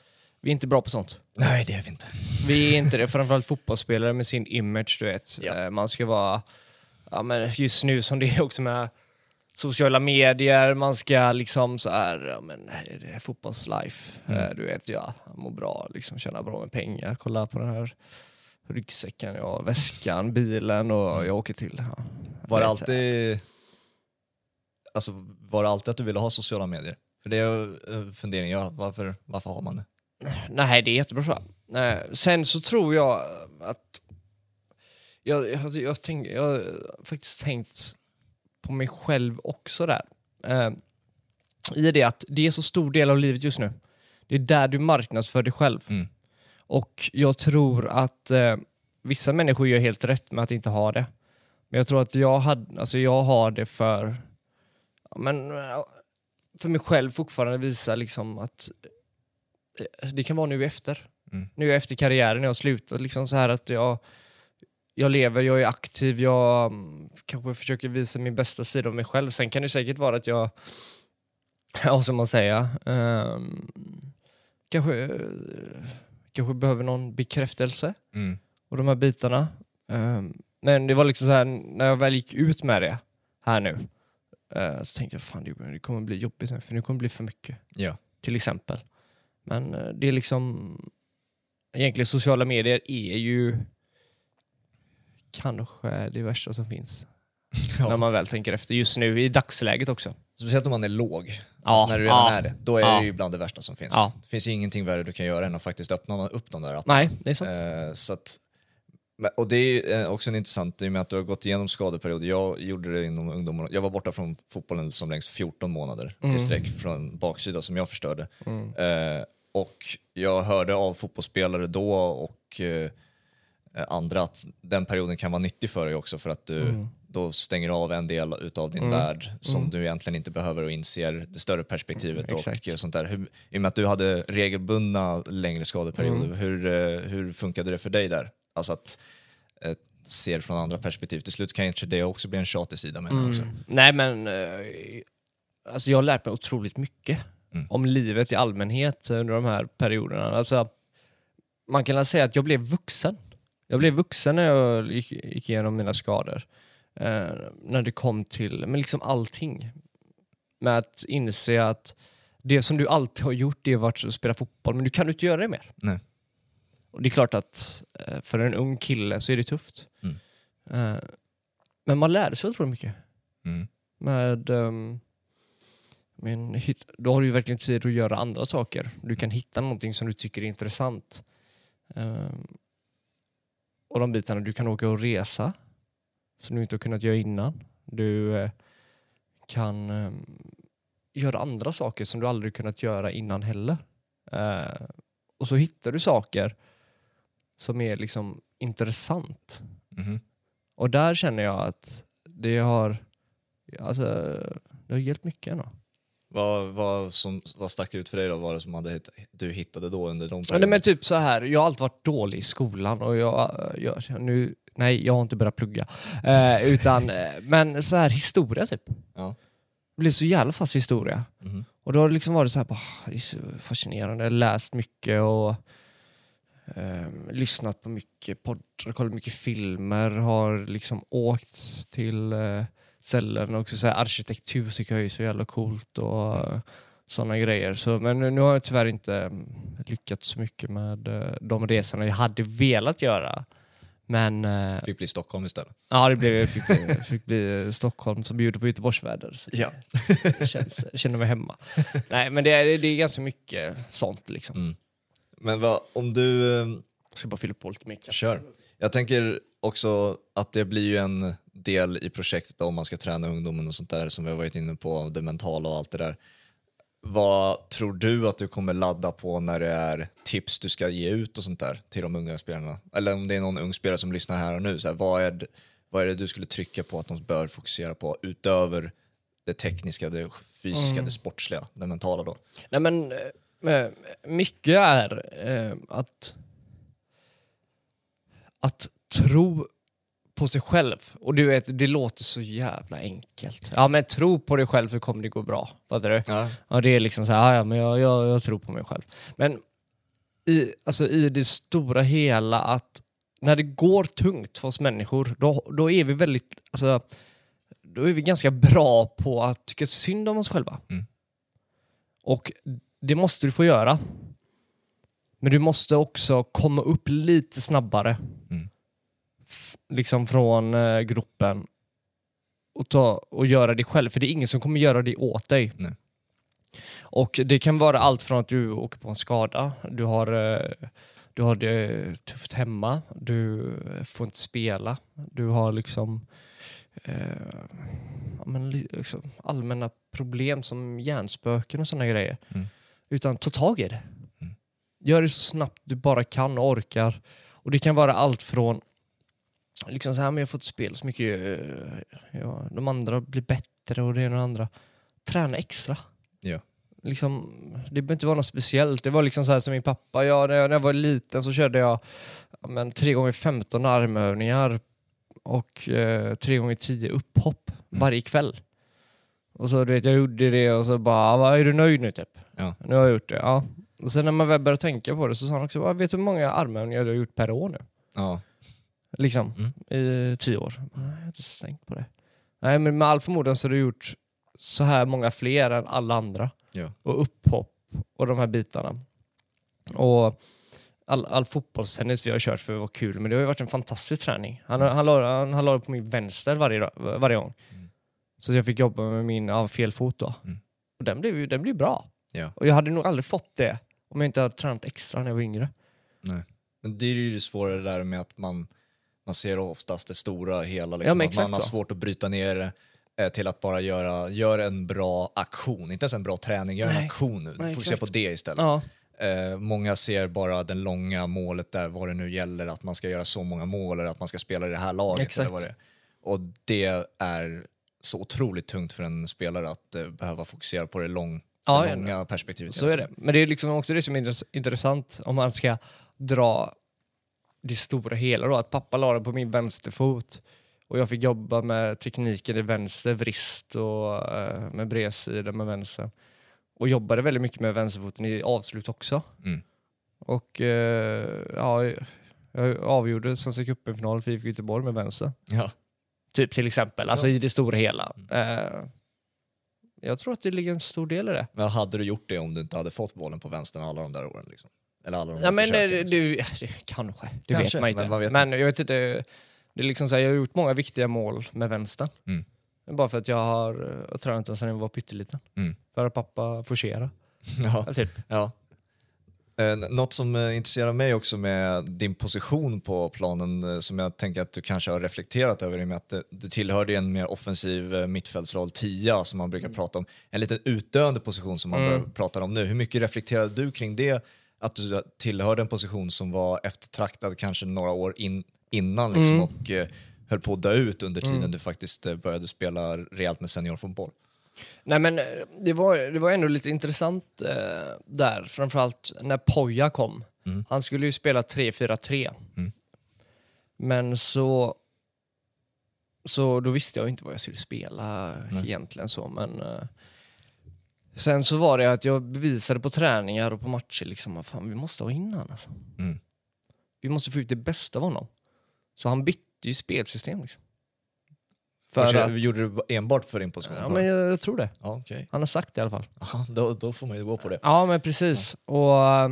Vi är inte bra på sånt. Nej, det är vi inte. Vi är inte det, framförallt fotbollsspelare med sin image, du vet. Ja. Eh, Man ska vara, ja men just nu som det är också med sociala medier, man ska liksom så här, ja men det är fotbollslife. Mm. Eh, Du vet, ja, må bra, liksom tjäna bra med pengar. Kolla på den här ryggsäcken, ja, väskan, bilen och jag åker till. Ja. Var det Vet, alltid... Alltså, var det alltid att du ville ha sociala medier? För det är en fundering, ja, varför, varför har man det? Nej, det är jättebra så. Eh, sen så tror jag att jag, jag, jag, tänk, jag har faktiskt tänkt på mig själv också där. Eh, I det att det är så stor del av livet just nu. Det är där du marknadsför dig själv. Mm. Och jag tror att eh, vissa människor gör helt rätt med att inte ha det. Men jag tror att jag, hade, alltså jag har det för, ja, men, för mig själv fortfarande visa liksom att det kan vara nu efter. Mm. Nu efter karriären, jag har slutat liksom så här att jag, jag lever, jag är aktiv, jag um, kanske försöker visa min bästa sida av mig själv. Sen kan det säkert vara att jag, ja, som man säger, um, kanske, kanske behöver någon bekräftelse Mm. och de här bitarna. Um, men det var liksom så här, när jag väl gick ut med det här nu, uh, så tänkte jag, fan det, det kommer bli jobbigt sen, för det kommer bli för mycket. Ja. Till exempel. Men uh, det är liksom, egentligen sociala medier är ju kanske det värsta som finns. Ja. När man väl tänker efter. Just nu i dagsläget också. Speciellt om man är låg. Ja, Alltså när du redan ja, är det. Då är ja. det ju bland det värsta som finns. Ja. Det finns ju ingenting värre du kan göra än att faktiskt öppna upp de där apparna. Nej, det är sant. Eh, så att, men- och det är eh, också en intressant i och med att du har gått igenom skadeperioder. Jag gjorde det inom ungdomen. Jag var borta från fotbollen som längst fjorton månader Mm. i sträck från baksida som jag förstörde. Mm. Eh, och jag hörde av fotbollsspelare då och eh, andra att den perioden kan vara nyttig för dig också för att du Mm. då stänger av en del utav din Mm. värld som Mm. du egentligen inte behöver och inser det större perspektivet Mm, exakt. och sånt där. Hur, i och med att du hade regelbundna längre skadeperioder, Mm. hur, eh, hur funkade det för dig där? Alltså att eh, se det från andra perspektiv. Till slut kan inte det också bli en tjatig sida med mm. också. Mm. Nej men, eh, alltså jag har lärt mig otroligt mycket Mm. om livet i allmänhet under de här perioderna. Alltså, man kan säga att jag blev vuxen. Jag blev vuxen när jag gick, gick igenom mina skador. Eh, när det kom till, men liksom allting. Med att inse att det som du alltid har gjort, det har varit att spela fotboll, men du kan inte göra det mer. Nej. Och det är klart att eh, för en ung kille så är det tufft. Mm. Eh, men man lär sig otroligt mycket. Mm. Med, um, men, hit, då har du ju verkligen tid att göra andra saker. Du kan hitta någonting som du tycker är intressant. Um, och de bitarna, du kan åka och resa som du inte har kunnat göra innan. Du uh, kan um, göra andra saker som du aldrig kunnat göra innan heller. Uh, och så hittar du saker som är liksom intressant. Mhm. Och där känner jag att det har, alltså, det har hjälpt mycket ändå. Vad, vad, som, vad stack ut för dig då? Vad var det som hade hitt, du hittade då under de Eller perioderna? men typ så här, jag har alltid varit dålig i skolan och jag, jag nu, nej jag har inte börjat plugga. Eh, utan, eh, men så här historia typ. Ja. Det blev så jävla fast historia. Mhm. Och då har det liksom varit så här, bara, det är så fascinerande. Jag har läst mycket och eh, lyssnat på mycket poddar, kollat mycket filmer, har liksom åkt till eh, ställen och också så här, arkitektur tycker jag är så jävla coolt och eh, sådana grejer. Så, men nu har jag tyvärr inte mm, lyckats så mycket med eh, de resorna jag hade velat göra. Men eh, Fick bli Stockholm istället. ja, det blev, fick, bli, fick bli Stockholm som bjuder på Göteborgsväder. Så Ja. det känns, jag känner mig hemma. Nej, men det är, det är ganska mycket sånt liksom. Mm. Men vad, om du... eh, Jag ska bara fylla på lite mycket. Kör. Jag tänker också att det blir ju en del i projektet om man ska träna ungdomen och sånt där som vi har varit inne på, det mentala och allt det där. Vad tror du att du kommer ladda på när det är tips du ska ge ut och sånt där till de unga spelarna? Eller om det är någon ung spelare som lyssnar här och nu, så här, vad, är det, vad är det du skulle trycka på att de bör fokusera på utöver det tekniska, det fysiska, Mm. det sportsliga, det mentala då? Nej, men eh, mycket är eh, att att tro på sig själv. Och du vet, det låter så jävla enkelt. Ja, men tro på dig själv så kommer det gå bra. Fattar du? Ja. Ja, det är liksom så här, ja, men jag, jag, jag tror på mig själv. Men i, alltså, i det stora hela att när det går tungt för oss människor, då, då är vi väldigt, alltså, då är vi ganska bra på att tycka synd om oss själva. Mm. Och det måste du få göra. Men du måste också komma upp lite snabbare. Mm. F- liksom från eh, gruppen. Och, ta, och göra det själv. För det är ingen som kommer göra det åt dig. Nej. Och det kan vara allt från att du åker på en skada. Du har, eh, du har det tufft hemma. Du får inte spela. Du har liksom, eh, ja, men, liksom allmänna problem som hjärnspöken och sådana grejer. Mm. Utan ta tag i det. Mm. Gör det så snabbt du bara kan och orkar. Och det kan vara allt från liksom så här, men jag har fått spela så mycket, ja, de andra blir bättre och det ena och det andra. Träna extra. Ja. Liksom, det behöver inte vara något speciellt. Det var liksom så här som min pappa. Ja, när, jag, när jag var liten så körde jag ja, men, tre gånger femton armövningar och eh, tre gånger tio upphopp mm. varje kväll. Och så du vet, jag gjorde det och så bara, är du nöjd nu typ? Ja. Nu har jag gjort det, ja. Och sen när man väl började tänka på det så sa han också, vet du hur många armövningar du har gjort per år nu? Ja. Liksom, mm. i tio år. Jag har inte tänkt på det. Nej, men med all förmodan så har du gjort så här många fler än alla andra. Ja. Och upphopp och de här bitarna. Och all, all fotbollstennis vi har kört för att vara kul, men det har ju varit en fantastisk träning. Han, mm. han, la, han, han la på min vänster varje, varje gång. Mm. Så jag fick jobba med min ja, fel fot då. Mm. Och den blev ju den blev bra. Ja. Och jag hade nog aldrig fått det om jag inte hade tränat extra när jag var yngre. Nej. Men det är ju svårare där med att man, man ser oftast det stora hela. Liksom, ja, att man har så. svårt att bryta ner det eh, till att bara göra gör en bra aktion. Inte ens en bra träning, gör en Nej. aktion nu. Nej, fokusera på det istället. Ja. Eh, många ser bara den långa målet där, vad det nu gäller, att man ska göra så många mål eller att man ska spela i det här laget. Exakt. Eller vad det är. Och det är så otroligt tungt för en spelare att eh, behöva fokusera på det lång, ja, det långa perspektivet. Så är det. Men det är liksom också det som är intressant om man ska dra det stora hela då. Att pappa la det på min vänsterfot och jag fick jobba med tekniken i vänster, vrist och uh, med bredsida med vänster. Och jobbade väldigt mycket med vänsterfoten i avslut också. Mm. Och uh, ja, jag avgjorde Svenska cupen-final för I F K Göteborg med vänster. Ja. Typ till exempel, alltså i det stora hela. Uh, jag tror att det ligger en stor del i det. Men hade du gjort det om du inte hade fått bollen på vänstern alla de där åren? Liksom? Eller alla de där ja, men försöken, det, liksom? du, det, kanske, det kanske, vet man inte. Men, vet men inte. jag vet inte, det är liksom så här, jag har gjort många viktiga mål med vänstern. Mm. Bara för att jag har, jag tränat den sedan jag var pytteliten. Mm. För att pappa forcera. Ja, typ. Ja. Eh, något som eh, intresserar mig också med din position på planen eh, som jag tänker att du kanske har reflekterat över i med att eh, du tillhörde en mer offensiv eh, mittfältsroll, tia som man brukar mm. prata om. En liten utdöende position som man mm. pratar om nu. Hur mycket reflekterade du kring det? Att du tillhörde en position som var eftertraktad kanske några år in, innan liksom, mm. och eh, höll på att dö ut under tiden mm. du faktiskt eh, började spela rejält med seniorfotboll. Nej, men det var, det var ändå lite intressant eh, där. Framförallt när Poja kom. Mm. Han skulle ju spela tre fyra tre. Mm. Men så... Så då visste jag inte vad jag skulle spela Nej. egentligen så. Men eh, sen så var det att jag bevisade på träningar och på matcher liksom att fan, vi måste ha in han alltså. Mm. Vi måste få ut det bästa av honom. Så han bytte ju spelsystem liksom. För för att, gjorde du enbart för din position? Ja, men jag, jag tror det. Ja, okay. Han har sagt det i alla fall. Aha, då, då får man ju gå på det. Ja, men precis. Ja. Och,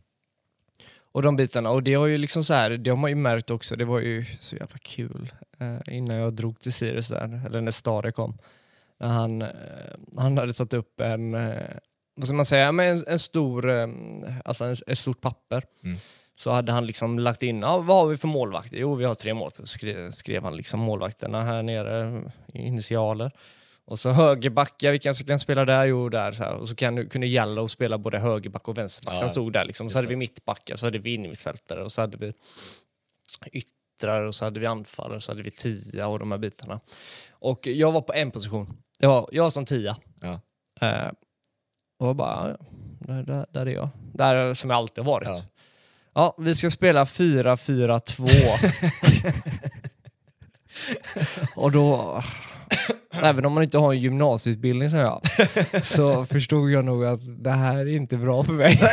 och de bitarna. Och det har ju liksom så här, det har man ju märkt också. Det var ju så jävla kul eh, innan jag drog till Sirius där. Eller när Stare kom. När han, eh, han hade satt upp en, eh, vad ska man säga, men en, en stor, eh, alltså en, ett stort papper. Mm. Så hade han liksom lagt in, ja, vad har vi för målvakter? Jo, vi har tre mål. Så skrev, skrev han liksom målvakterna här nere, initialer. Och så högerbackar, vilka som kan spela där? Jo, där. Så här. Och så kan, kunde Yellow spela både högerback och vänsterback. Ja, så han stod där liksom. Så hade vi mittbackar, så hade vi innermittfältare. Och så hade vi yttrar, och så hade vi anfallare, och så hade vi tia och de här bitarna. Och jag var på en position. Jag var, jag var som tia. Ja. Eh, och bara, ja, där, där, där är jag. Där som jag alltid har varit. Ja. Ja, vi ska spela fyra fyra två. Och då... även om man inte har en gymnasieutbildning som jag, så förstod jag nog att det här är inte bra för mig.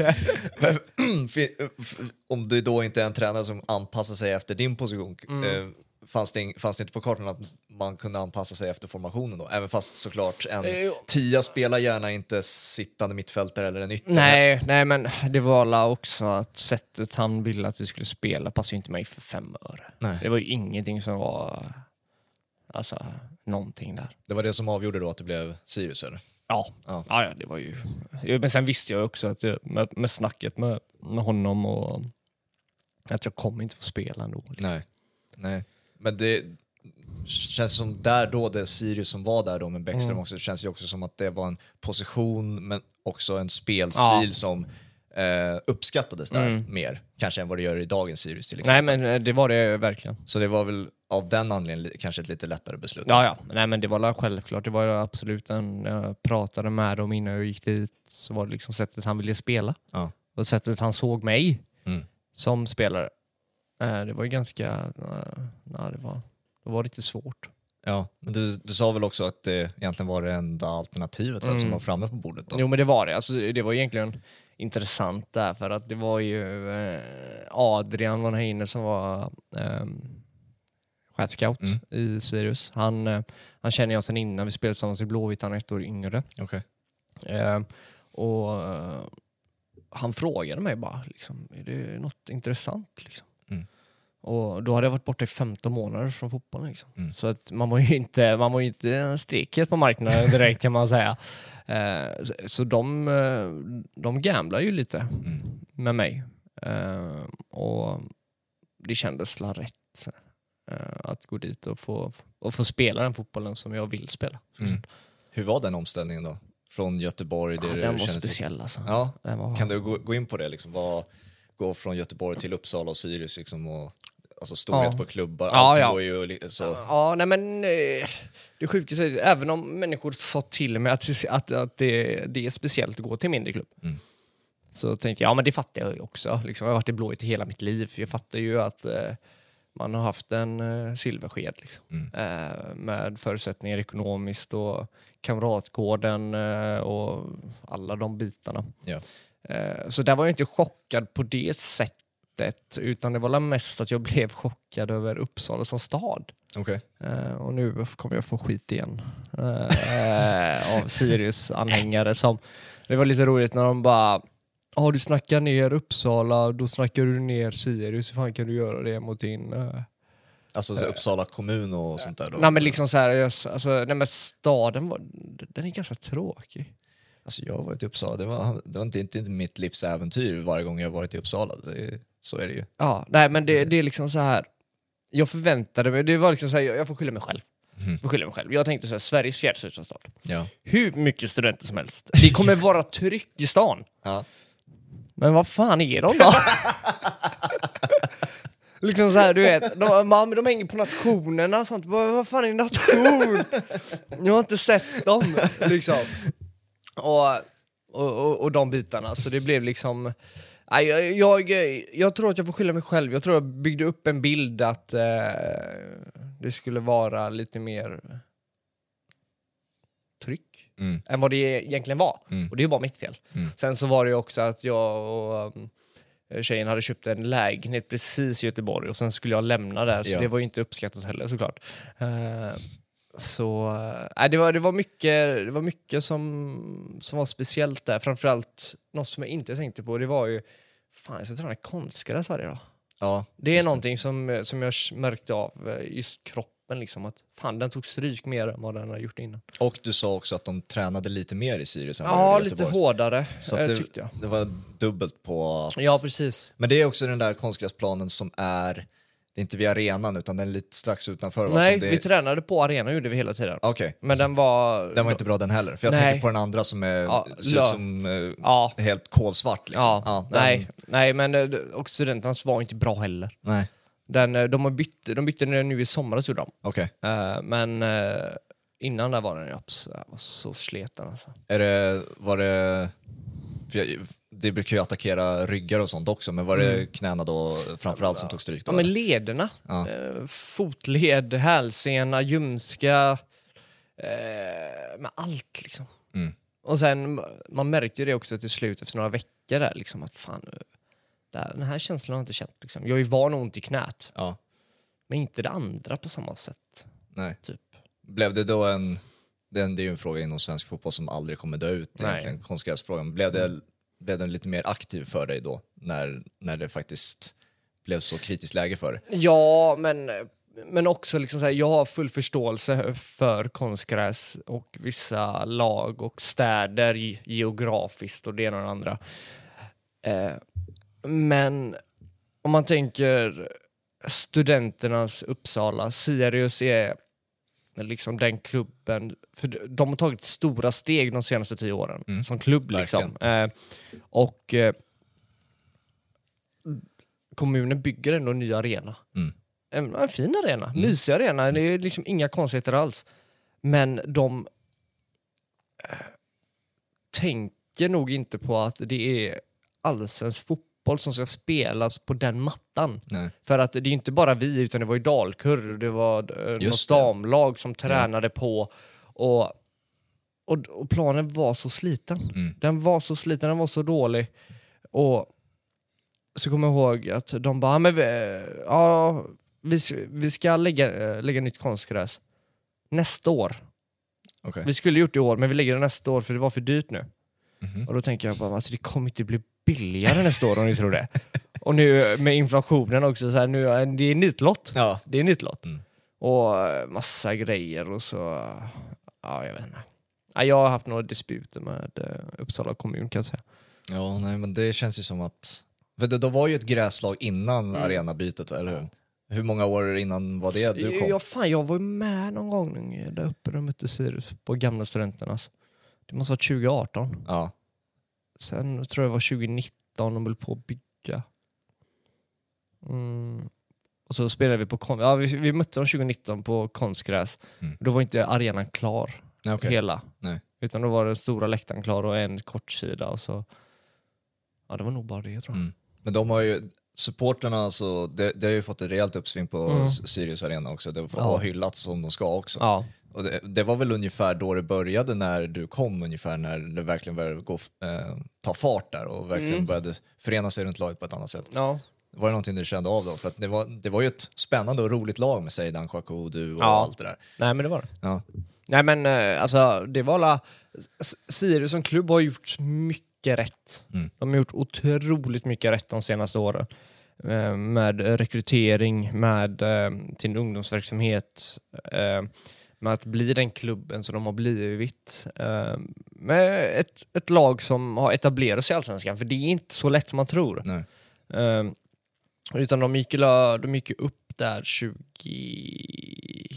Om du då inte är en tränare som anpassar sig efter din position, mm. eh, fanns, det, fanns det inte på kartan att man kunde anpassa sig efter formationen då? Även fast såklart en tia spelar gärna inte sittande mittfältare eller en ytter. Nej, nej, men det var alla också att sättet han ville att vi skulle spela passade inte mig för fem öre. Nej. Det var ju ingenting som var alltså någonting där. Det var det som avgjorde då att det blev Sirius, eller? Ja, ja. ja, ja det var ju... Men sen visste jag också att det, med, med snacket med, med honom och att jag kommer inte få spela ändå. Liksom. Nej, nej. Men det känns som där då, det Sirius som var där då med Bäckström mm. också, det känns ju också som att det var en position men också en spelstil ja. som eh, uppskattades där mm. mer. Kanske än vad det gör i dagens Sirius till exempel. Nej, men det var det verkligen. Så det var väl av den anledningen kanske ett lite lättare beslut. Ja, ja. Nej, men det var självklart. Det var absolut en, jag pratade med dem innan jag gick dit, så var det liksom sättet han ville spela. Ja. Och sättet han såg mig mm. som spelare. Eh, det var ju ganska... Eh, nej, det var, det var lite svårt. Ja, men du, du sa väl också att det egentligen var det enda alternativet mm. som var framme på bordet då? Jo, men det var det. Alltså, det var egentligen intressant där, för att det var ju eh, Adrian var här inne som var eh, chefscout mm. i Sirius. Han, eh, han känner jag sedan innan vi spelade tillsammans i Blåvitt, han är ett år yngre. Okay. Eh, och eh, han frågade mig bara, liksom, är det något intressant liksom? Mm. Och då hade jag varit borta i femton månader från fotbollen liksom. Mm. Så att man var ju inte, man var ju inte steket på marknaden direkt kan man säga. Eh, så de, de gamblar ju lite mm. med mig. Eh, och det kändes la rätt eh, att gå dit och få, och få spela den fotbollen som jag vill spela. Mm. Hur var den omställningen då? Från Göteborg? Ja, det den var speciell alltså. Ja. Den var... Kan du gå, gå in på det? Liksom, vad, gå från Göteborg till Uppsala och Sirius liksom, och alltså storhet ja. på klubbar, allt ja, ja. går ju så. Ja, nej men det sjuka är även om människor sa till mig att, att, att det, det är speciellt att gå till mindre klubb. Mm. Så tänkte jag, ja men det fattar jag ju också. Liksom, jag har varit i Blåvitt i hela mitt liv. Jag fattar ju att eh, man har haft en eh, silversked liksom. Mm. Eh, med förutsättningar ekonomiskt och kamratgården eh, och alla de bitarna. Ja. Eh, så där var jag inte chockad på det sättet. Utan det var mest att jag blev chockad över Uppsala som stad. Okay. Uh, och nu kommer jag få skit igen uh, av Sirius-anhängare som, det var lite roligt när de bara, ja du snackar ner Uppsala, då snackar du ner Sirius, hur fan kan du göra det mot din uh, alltså så Uppsala kommun och sånt där då? Nej men liksom så här, just, alltså, nej men staden var, den är ganska tråkig. Alltså jag har varit i Uppsala, det var, det var inte, inte mitt livsäventyr varje gång jag har varit i Uppsala. Det, så är det ju. Ja, nej men det, det är liksom så här. Jag förväntade mig, det var liksom så här, jag får skylla mig själv. Mm. Får skylla mig själv. Jag tänkte så här, Sveriges fjärde största stad. Ja. Hur mycket studenter som helst. Det kommer vara tryck i stan. Ja. Men vad fan är de då? Liksom så här, du vet, de, man, de hänger på nationerna och sånt. Vad, vad fan är en nation? Jag har inte sett dem liksom. Och, och, och, och de bitarna. Så det blev liksom... Jag, jag, jag tror att jag får skylla mig själv. Jag tror jag byggde upp en bild att eh, det skulle vara lite mer tryck mm. än vad det egentligen var. Mm. Och det är bara mitt fel. Mm. Sen så var det också att jag och um, tjejen hade köpt en lägenhet precis i Göteborg och sen skulle jag lämna där. Så ja. det var ju inte uppskattat heller såklart. Uh, Så äh, det, var, det var mycket, det var mycket som, som var speciellt där. Framförallt något som jag inte tänkte på, det var ju fan, jag ska träna konstgräs varje dag. Ja, det är någonting som, som jag märkte av, just kroppen liksom, att fan, den tog stryk mer än vad den har gjort innan. Och du sa också att de tränade lite mer i Sirius än ja, lite hårdare, så äh, det, tyckte jag. Det var dubbelt på att... Ja, precis. Men det är också den där konstgräsplanen som är... Det är inte vid arenan utan den är lite strax utanför. Nej, det... vi tränade på arenan, gjorde vi hela tiden. Okay. Men den var... Den var inte bra den heller. För jag nej. tänker på den andra som är, ja, ser ut som uh, ja. helt kolsvart. Liksom. Ja. Ja, den... nej, nej, men och studenternas var inte bra heller. Nej. Den, de, har bytt, de bytte den nu i somras, gjorde de. Okay. Uh, men uh, innan där var den ju var så sleten. Alltså. Är det... Var det... Jag, det brukar ju attackera ryggar och sånt också, men var det mm. knäna då framförallt som tog stryk då? Ja, men lederna. Ja. Eh, fotled, hälsena, ljumska, Eh, med allt liksom. Mm. Och sen, man märkte ju det också till slut efter några veckor där liksom att fan, där, den här känslan har jag inte känt liksom. Jag är ju van ont i knät. Ja. Men inte det andra på samma sätt. Nej. Typ. Blev det då en, det är ju en fråga inom svensk fotboll som aldrig kommer dö ut Nej. egentligen, konstgräsfrågan. Blev det, blev den lite mer aktiv för dig då, när, när det faktiskt blev så kritiskt läge för dig? Ja, men, men också liksom så här, jag har full förståelse för konstgräs och vissa lag och städer geografiskt och det ena och det andra. Eh, men om man tänker studenternas Uppsala, Sirius är liksom den klubben, för de har tagit stora steg de senaste tio åren Mm. som klubb liksom. Eh, och eh, kommunen bygger ändå en ny arena. Mm. En, en fin arena, Mm. mysig arena, det är liksom inga konstigheter alls. Men de eh, tänker nog inte på att det är allsvensk fotboll som ska spelas på den mattan. Nej. För att det är inte bara vi, utan det var ju Dalkurd, det var eh, något det. damlag som tränade på. Och, och, och planen var så sliten. Mm. Den var så sliten, den var så dålig. Och så kommer jag ihåg att de bara, men vi, ja, vi, vi ska lägga, lägga nytt konstgräs nästa år. Okay. Vi skulle gjort det i år, men vi lägger det nästa år för det var för dyrt nu. Mm-hmm. Och då tänker jag bara, alltså det kommer inte bli billigare nästa år om ni tror det. Och nu med inflationen också, så här, nu, det är nitlott. Ja. Det är nitlott. Mm. Och massa grejer och så, ja jag vet inte. Ja, jag har haft några disputer med uh, Uppsala kommun kan jag säga. Ja, nej, men det känns ju som att, för det, då var ju ett gräslag innan mm. arenabytet, eller hur? Hur många år innan var det du kom? Ja, fan, jag var ju med någon gång där uppe när de mötte Sirius på gamla studenternas. Det måste vara tjugo arton. Ja. Sen tror jag det var tjugo nitton de höll på att bygga. Mm. Och så spelade vi på kon- ja, vi, vi mötte dem tjugo nitton på konstgräs. Mm. Då var inte arenan klar. Okay. Hela. Nej. Utan då var den stora läktaren klar och en kort sida och så ja, det var nog bara det tror jag. Mm. Men de har ju supporterna, alltså, det, det har ju fått ett rejält uppsving på mm. Sirius Arena också. Det har ja. hyllats som de ska också. Ja. Och det, det var väl ungefär då det började, när du kom, ungefär när det verkligen började gå, eh, ta fart där och verkligen mm. började förena sig runt laget på ett annat sätt. Ja. Var det någonting du kände av då? För att det var, det var ju ett spännande och roligt lag med Seidan, Kwaku, du och ja. allt det där. Nej, men det var det. Ja. Nej, men alltså, det var alla... Sirius som klubb har gjort mycket rätt. Mm. De har gjort otroligt mycket rätt de senaste åren. Eh, med rekrytering, med eh, sin ungdomsverksamhet, eh, med att bli den klubben som de har blivit. Eh, med ett, ett lag som har etablerat sig i Allsvenskan, för det är inte så lätt som man tror. Nej. Eh, utan de gick, de gick upp där tjugo...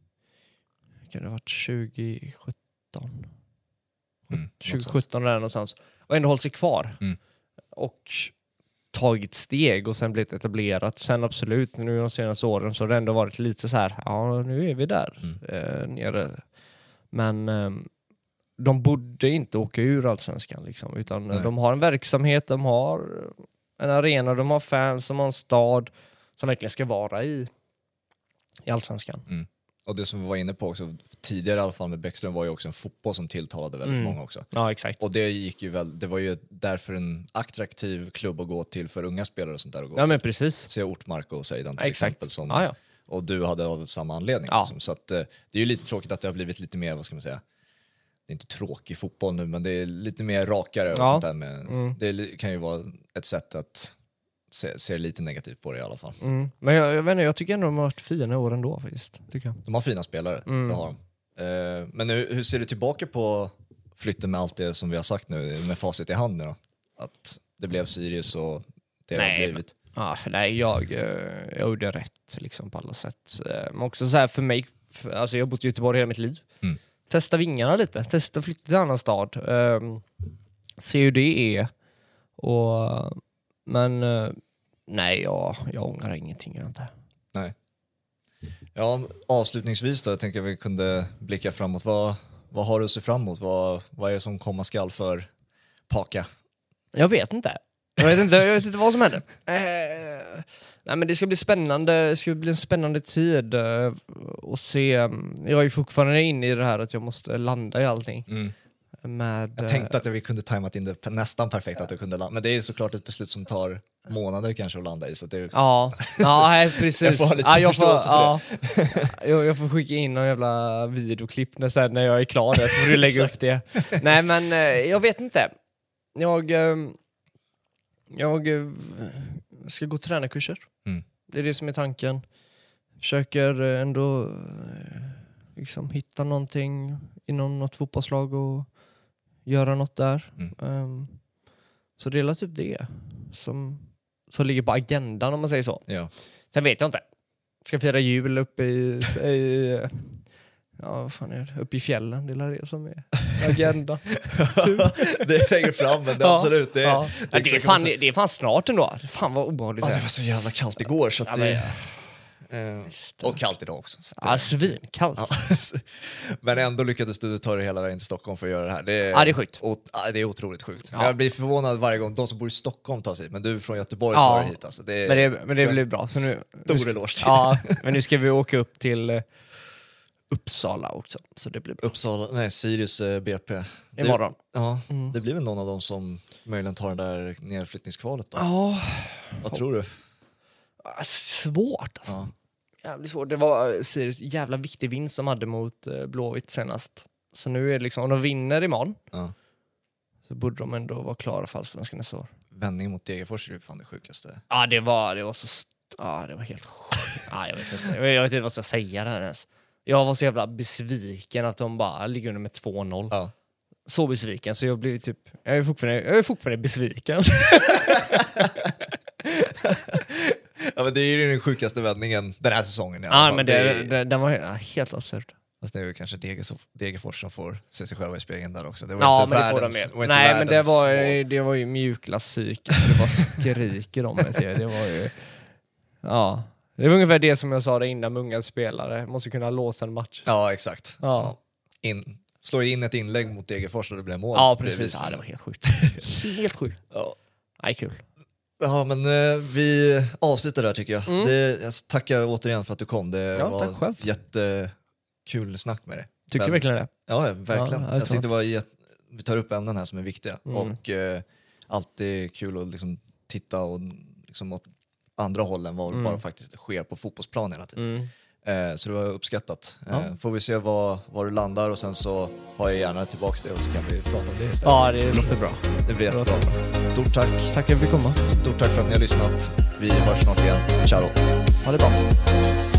Kan det ha varit tjugo sjutton? Mm, tjugo sjutton där någonstans. Och ändå hållit sig kvar. Mm. Och tagit steg och sen blivit etablerat. Sen absolut, nu de senaste åren så har det ändå varit lite så här, ja nu är vi där mm. eh, nere. Men eh, de borde inte åka ur Allsvenskan liksom, utan Nej. de har en verksamhet, de har en arena, de har fans, de har en stad som verkligen ska vara i, i Allsvenskan. Mm. Och det som vi var inne på också tidigare i alla fall med Bäckström var ju också en fotboll som tilltalade väldigt Mm. många också. Ja, exakt. Och det gick ju väl, det var ju därför en attraktiv klubb att gå till för unga spelare och sånt där. Och gå Ja, men till. precis. Se Ortmark och Seidan till Exakt. exempel. Som, Ja, ja. Och du hade av samma anledning. Ja. Liksom. Så att, eh, det är ju lite tråkigt att det har blivit lite mer, vad ska man säga, det är inte tråkig fotboll nu, men det är lite mer rakare och Ja. sånt där. Med, Mm. det kan ju vara ett sätt att se, se lite negativt på det i alla fall. Mm. Men jag, jag, vet inte, jag tycker ändå de har varit fina år ändå faktiskt. Tycker jag. De har fina spelare, Mm. det har de. Eh, men nu, hur ser du tillbaka på flytten med allt det som vi har sagt nu, med facit i hand nu då? Att det blev Sirius och det Nej, har blivit. Ah, nej, jag, jag gjorde rätt liksom, på alla sätt. Men också så här för mig, för, alltså jag har bott i Göteborg hela mitt liv. Mm. Testa vingarna lite, testa flytta till en annan stad. Um, se hur det är. Och, men uh, nej, jag, jag ångrar ingenting. Jag inte. Nej. Ja, avslutningsvis då, jag tänker att vi kunde blicka framåt. Vad, vad har du att se fram emot? Vad, vad är det som komma skall för Paka? Jag vet inte. Jag vet inte, jag vet inte vad som händer. Eh, nej, men det ska bli spännande. Det ska bli en spännande tid eh, och se. Jag är ju fortfarande inne i det här att jag måste landa i allting. Mm. Med, Jag tänkte att vi kunde tajmat in det nästan perfekt att du kunde landa. Men det är såklart ett beslut som tar månader kanske att landa i. Så det är... Ja, ja nej, precis. Jag får ha lite ja, jag, får, förståelse för ja, jag, jag får skicka in någon jävla videoklipp när, sen när jag är klar där, så får du lägga upp det. Nej, men eh, jag vet inte. Jag, eh, jag eh, ska gå tränarkurser. Mm. Det är det som är tanken. Försöker ändå eh, liksom hitta någonting inom något fotbollslag och göra något där. Mm. Um, så det är typ det som, som ligger på agendan, om man säger så. Ja. Sen vet jag inte. Ska fira jul uppe i, i ja, vad fan är det? Uppe i fjällen. Det är det som är agenda. Det är längre fram, men det är ja, absolut. Det är, ja. det, är det, är fan, det är fan snart ändå. Fan vad obehagligt. Ja, det var så jävla kallt igår. Så att ja, det, men, Eh, och kallt idag också. Det, ja, svinkallt. Ja. Men ändå lyckades du ta dig hela vägen till Stockholm för att göra det här. Det är, ja, det är sjukt. Och, ja, det är otroligt sjukt. Ja. Jag blir förvånad varje gång de som bor i Stockholm tar sig hit, men du från Göteborg ja. tar dig hit. Alltså. Det är, men det, men det blir bra. Så nu, stor nu ska, eloge till. Ja, men nu ska vi åka upp till uh, Uppsala också. Så det blir bra. Uppsala, nej, Sirius uh, B P. Imorgon. Det, ja, mm. det blir väl någon av dem som möjligen tar det där nedflyttningskvalet då. Ja. Vad tror du? Svårt alltså. Ja. Jävligt svårt. Det var Sirius jävla viktig vinst som hade mot uh, Blåvitt senast. Så nu är det liksom, om de vinner imorgon Ja. så borde de ändå vara klara för allsvenskan nästa år. Vändning mot Degerfors är ju fan det sjukaste. Ja, det var, det var så... St- ja, det var helt sjukt. Ja, jag vet inte. Jag vet inte vad jag ska säga där ens. Jag var så jävla besviken att de bara ligger under med två noll. Ja. Så besviken, så jag blev typ... Jag är fortfarande, jag är fortfarande besviken. Ja, men det är ju den sjukaste vändningen den här säsongen i alla Ja, fall. men det, det, är, det, den var helt absurd. fast det är ju kanske Degerfors, Degerfors som får se sig själva i spegeln där också. Det var Ja, inte men det får de världens, med. var inte Nej, men det världens var, mål. det var ju mjukglasspsyke, så det bara skriker om det. Det var ju... Ja. Det var ungefär det som jag sa där innan med unga spelare. Måste kunna låsa en match. Ja, exakt. Ja. In, slå in ett inlägg mot Degerfors och det blev mål. Ja, precis. Ja, det var helt sjukt. Helt sjukt. Ja. Nej, kul. Ja, men eh, vi avslutar där tycker jag. Mm. Det, jag tackar återigen för att du kom. Det Ja, var tack själv. jättekul snack med dig. Tycker Men- du verkligen det? Ja, verkligen. Ja, det är jag tyckte klart. det var jätt... Vi tar upp ämnen här som är viktiga. Mm. Och eh, alltid kul att liksom titta och liksom åt andra håll än vad Mm. bara faktiskt sker på fotbollsplan hela tiden. Mm. Eh, så det var uppskattat. Ja. Eh, får vi se var, var du landar och sen så har jag gärna tillbaka det och så kan vi prata om det istället. Ja, det låter bra. Det blir jättebra. Stort tack. Tack för att vi fick komma. Stort tack för att ni har lyssnat. Vi hörs snart igen. Ciao. Ha det bra.